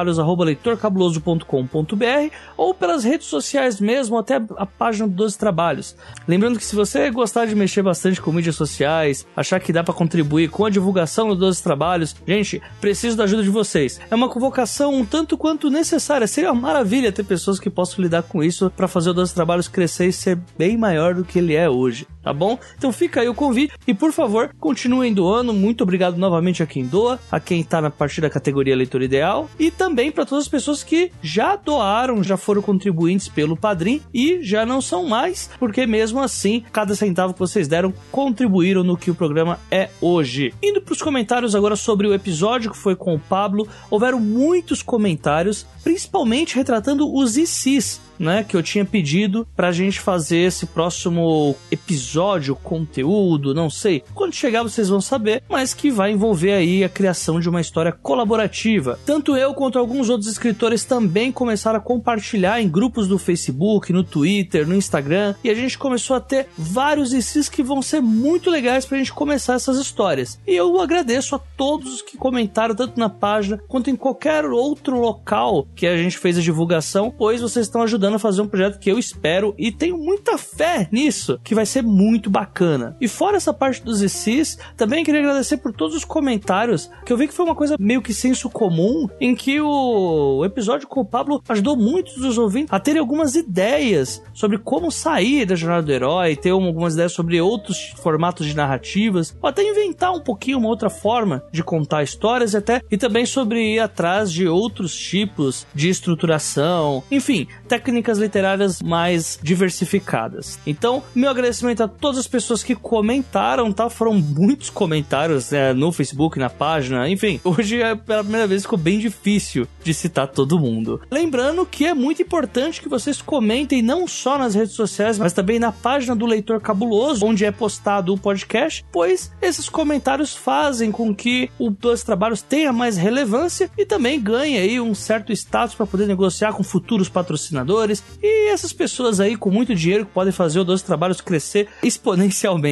12trabalhos@leitorcabuloso.com.br ou pelas redes sociais mesmo, até a página do 12 Trabalhos. Lembrando que se você gostar de mexer bastante com mídias sociais, achar que dá para contribuir com a divulgação do 12 Trabalhos, gente, preciso da ajuda de vocês. É uma convocação um tanto quanto necessária, seria uma maravilha ter pessoas que possam lidar com isso para fazer o 12 Trabalhos crescer e ser bem maior do que ele é hoje, tá bom? Então fica aí o convite e, por favor, continuem doando. Muito obrigado novamente a quem doa, a quem tá na partir da categoria Leitor Ideal, e também para todas as pessoas que já doaram, já foram contribuintes pelo Padrim e já não são mais, porque mesmo assim, cada centavo que vocês deram contribuíram no que o programa é hoje. Indo para os comentários agora sobre o episódio que foi com o Pablo, houveram muitos comentários, principalmente retratando os ICs, né, que eu tinha pedido pra gente fazer esse próximo episódio, conteúdo, não sei. Quando chegar vocês vão saber, mas que vai envolver aí a criação de uma história colaborativa. Tanto eu quanto alguns outros escritores também começaram a compartilhar em grupos do Facebook, no Twitter, no Instagram, e a gente começou a ter vários ICs que vão ser muito legais pra gente começar essas histórias. E eu agradeço a todos os que comentaram, tanto na página quanto em qualquer outro local que a gente fez a divulgação, pois vocês estão ajudando a fazer um projeto que eu espero e tenho muita fé nisso, que vai ser muito bacana. E fora essa parte dos ICs, também queria agradecer por todos os comentários, que eu vi que foi uma coisa meio que senso comum, em que o episódio com o Pablo ajudou muitos dos ouvintes a terem algumas ideias sobre como sair da Jornada do Herói, ter algumas ideias sobre outros formatos de narrativas, ou até inventar um pouquinho uma outra forma de contar histórias, e também sobre ir atrás de outros tipos de estruturação, enfim, técnicas literárias mais diversificadas. Então, meu agradecimento a todas as pessoas que comentaram, tá? Foram muitos comentários, né, no Facebook, na página, enfim, hoje pela primeira vez ficou bem difícil de citar todo mundo. Lembrando que é muito importante que vocês comentem não só nas redes sociais, mas também na página do Leitor Cabuloso, onde é postado o podcast, pois esses comentários fazem com que o 12 Trabalhos tenha mais relevância e também ganhe aí um certo status para poder negociar com futuros patrocinadores e essas pessoas aí com muito dinheiro que podem fazer o 12 Trabalhos crescer exponencialmente.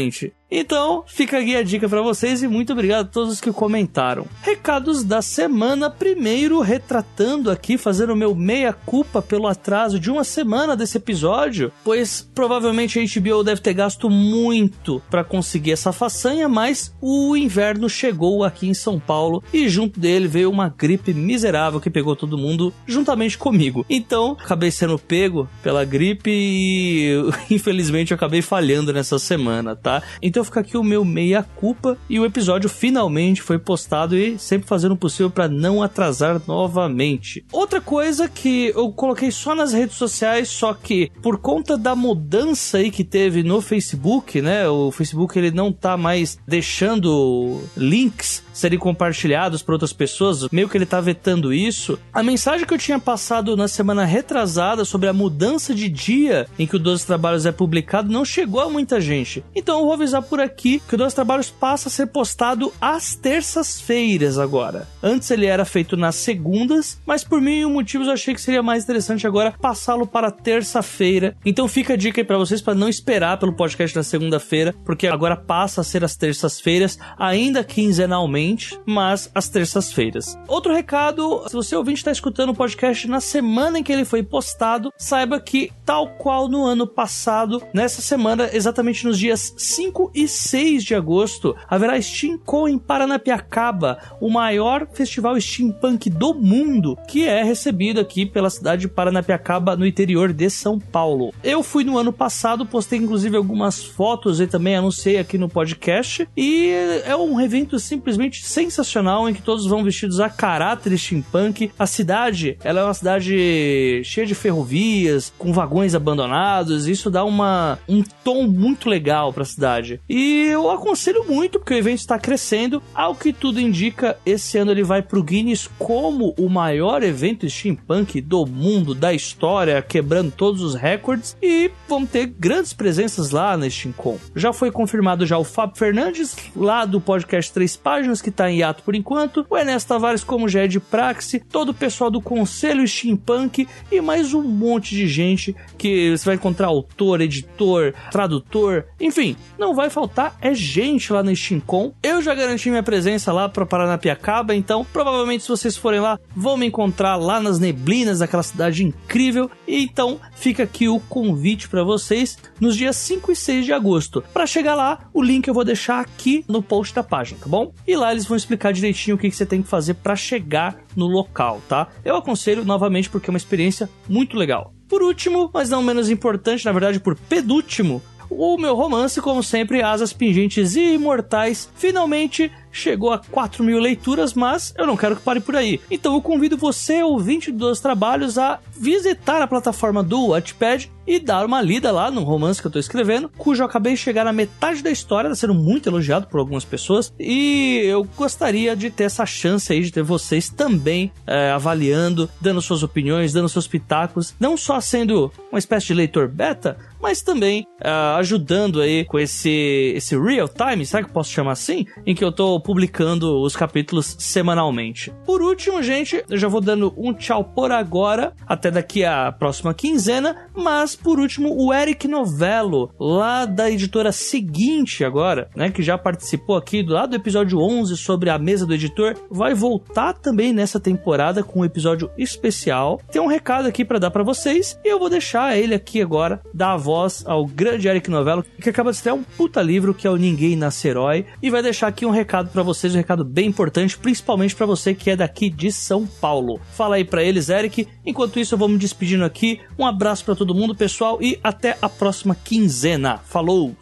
Então, fica aqui a dica pra vocês e muito obrigado a todos os que comentaram. Recados da semana, primeiro retratando aqui, fazendo o meu meia-culpa pelo atraso de uma semana desse episódio, pois provavelmente a HBO deve ter gasto muito pra conseguir essa façanha, mas o inverno chegou aqui em São Paulo e junto dele veio uma gripe miserável que pegou todo mundo juntamente comigo. Então, acabei sendo pego pela gripe e infelizmente eu acabei falhando nessa semana, tá? Então fica aqui o meu meia-culpa e o episódio finalmente foi postado e sempre fazendo o possível para não atrasar novamente. Outra coisa que eu coloquei só nas redes sociais, só que por conta da mudança aí que teve no Facebook, né? O Facebook ele não tá mais deixando links serem compartilhados por outras pessoas, meio que ele tá vetando isso. A mensagem que eu tinha passado na semana retrasada sobre a mudança de dia em que o 12 Trabalhos é publicado não chegou a muita gente. Então eu vou avisar por aqui que o 12 Trabalhos passa a ser postado às terças-feiras agora. Antes ele era feito nas segundas, mas por mil e um motivos eu achei que seria mais interessante agora passá-lo para terça-feira. Então fica a dica aí pra vocês para não esperar pelo podcast na segunda-feira, porque agora passa a ser às terças-feiras, ainda quinzenalmente, mas às terças-feiras. Outro recado, se você ouvinte está escutando o podcast na semana em que ele foi postado, saiba que, tal qual no ano passado, nessa semana, exatamente nos dias 5 e 6 de agosto, haverá SteamCon em Paranapiacaba, o maior festival steampunk do mundo, que é recebido aqui pela cidade de Paranapiacaba, no interior de São Paulo. Eu fui no ano passado, postei inclusive algumas fotos e também anunciei aqui no podcast, e é um evento simplesmente sensacional, em que todos vão vestidos a caráter steampunk. A cidade, ela é uma cidade cheia de ferrovias, com vagões abandonados, isso dá um tom muito legal pra cidade. E eu aconselho muito, porque o evento está crescendo. Ao que tudo indica, esse ano ele vai pro Guinness como o maior evento steampunk do mundo, da história, quebrando todos os recordes, e vamos ter grandes presenças lá na SteamCon. Já foi confirmado já o Fábio Fernandes, lá do podcast 3 Páginas, que tá em hiato por enquanto, o Ernesto Tavares, como já é de praxe, todo o pessoal do Conselho Steampunk e mais um monte de gente que você vai encontrar autor, editor, tradutor, enfim, não vai faltar é gente lá na SteamCon. Eu já garanti minha presença lá para Paranapiacaba, então provavelmente se vocês forem lá, vão me encontrar lá nas neblinas daquela cidade incrível. E então fica aqui o convite para vocês nos dias 5 e 6 de agosto. Para chegar lá, o link eu vou deixar aqui no post da página, tá bom? E lá eles vão explicar direitinho o que você tem que fazer para chegar no local, tá? Eu aconselho novamente porque é uma experiência muito legal. Por último, mas não menos importante, na verdade por penúltimo, o meu romance, como sempre, Asas Pingentes e Imortais, finalmente chegou a 4.000 leituras, mas eu não quero que pare por aí. Então eu convido você, ouvinte dos trabalhos, a visitar a plataforma do Wattpad e dar uma lida lá no romance que eu tô escrevendo, cujo eu acabei de chegar na metade da história, tá sendo muito elogiado por algumas pessoas, e eu gostaria de ter essa chance aí de ter vocês também avaliando, dando suas opiniões, dando seus pitacos, não só sendo uma espécie de leitor beta, mas também ajudando aí com esse real time, será que eu posso chamar assim? Em que eu tô publicando os capítulos semanalmente. Por último, gente, eu já vou dando um tchau por agora, até daqui a próxima quinzena, mas por último, o Eric Novello, lá da editora Seguinte agora, né, que já participou aqui lá do episódio 11 sobre a mesa do editor, vai voltar também nessa temporada com um episódio especial. Tem um recado aqui pra dar pra vocês, e eu vou deixar ele aqui agora, dar a voz ao grande Eric Novello, que acaba de estrear um puta livro que é o Ninguém Nasce Herói, e vai deixar aqui um recado pra vocês, um recado bem importante, principalmente pra você que é daqui de São Paulo. Fala aí pra eles, Eric. Enquanto isso, eu vou me despedindo aqui. Um abraço pra todo mundo, pessoal, e até a próxima quinzena. Falou!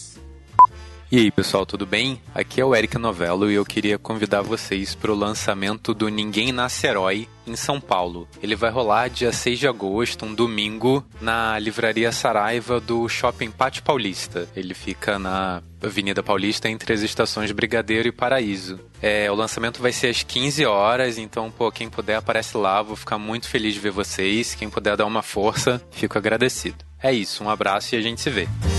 E aí, pessoal, tudo bem? Aqui é o Eric Novello e eu queria convidar vocês para o lançamento do Ninguém Nasce Herói em São Paulo. Ele vai rolar dia 6 de agosto, um domingo, na Livraria Saraiva do Shopping Pátio Paulista. Ele fica na Avenida Paulista, entre as estações Brigadeiro e Paraíso. O lançamento vai ser às 15 horas, então, quem puder aparece lá, vou ficar muito feliz de ver vocês. Quem puder dar uma força, fico agradecido. É isso, um abraço e a gente se vê.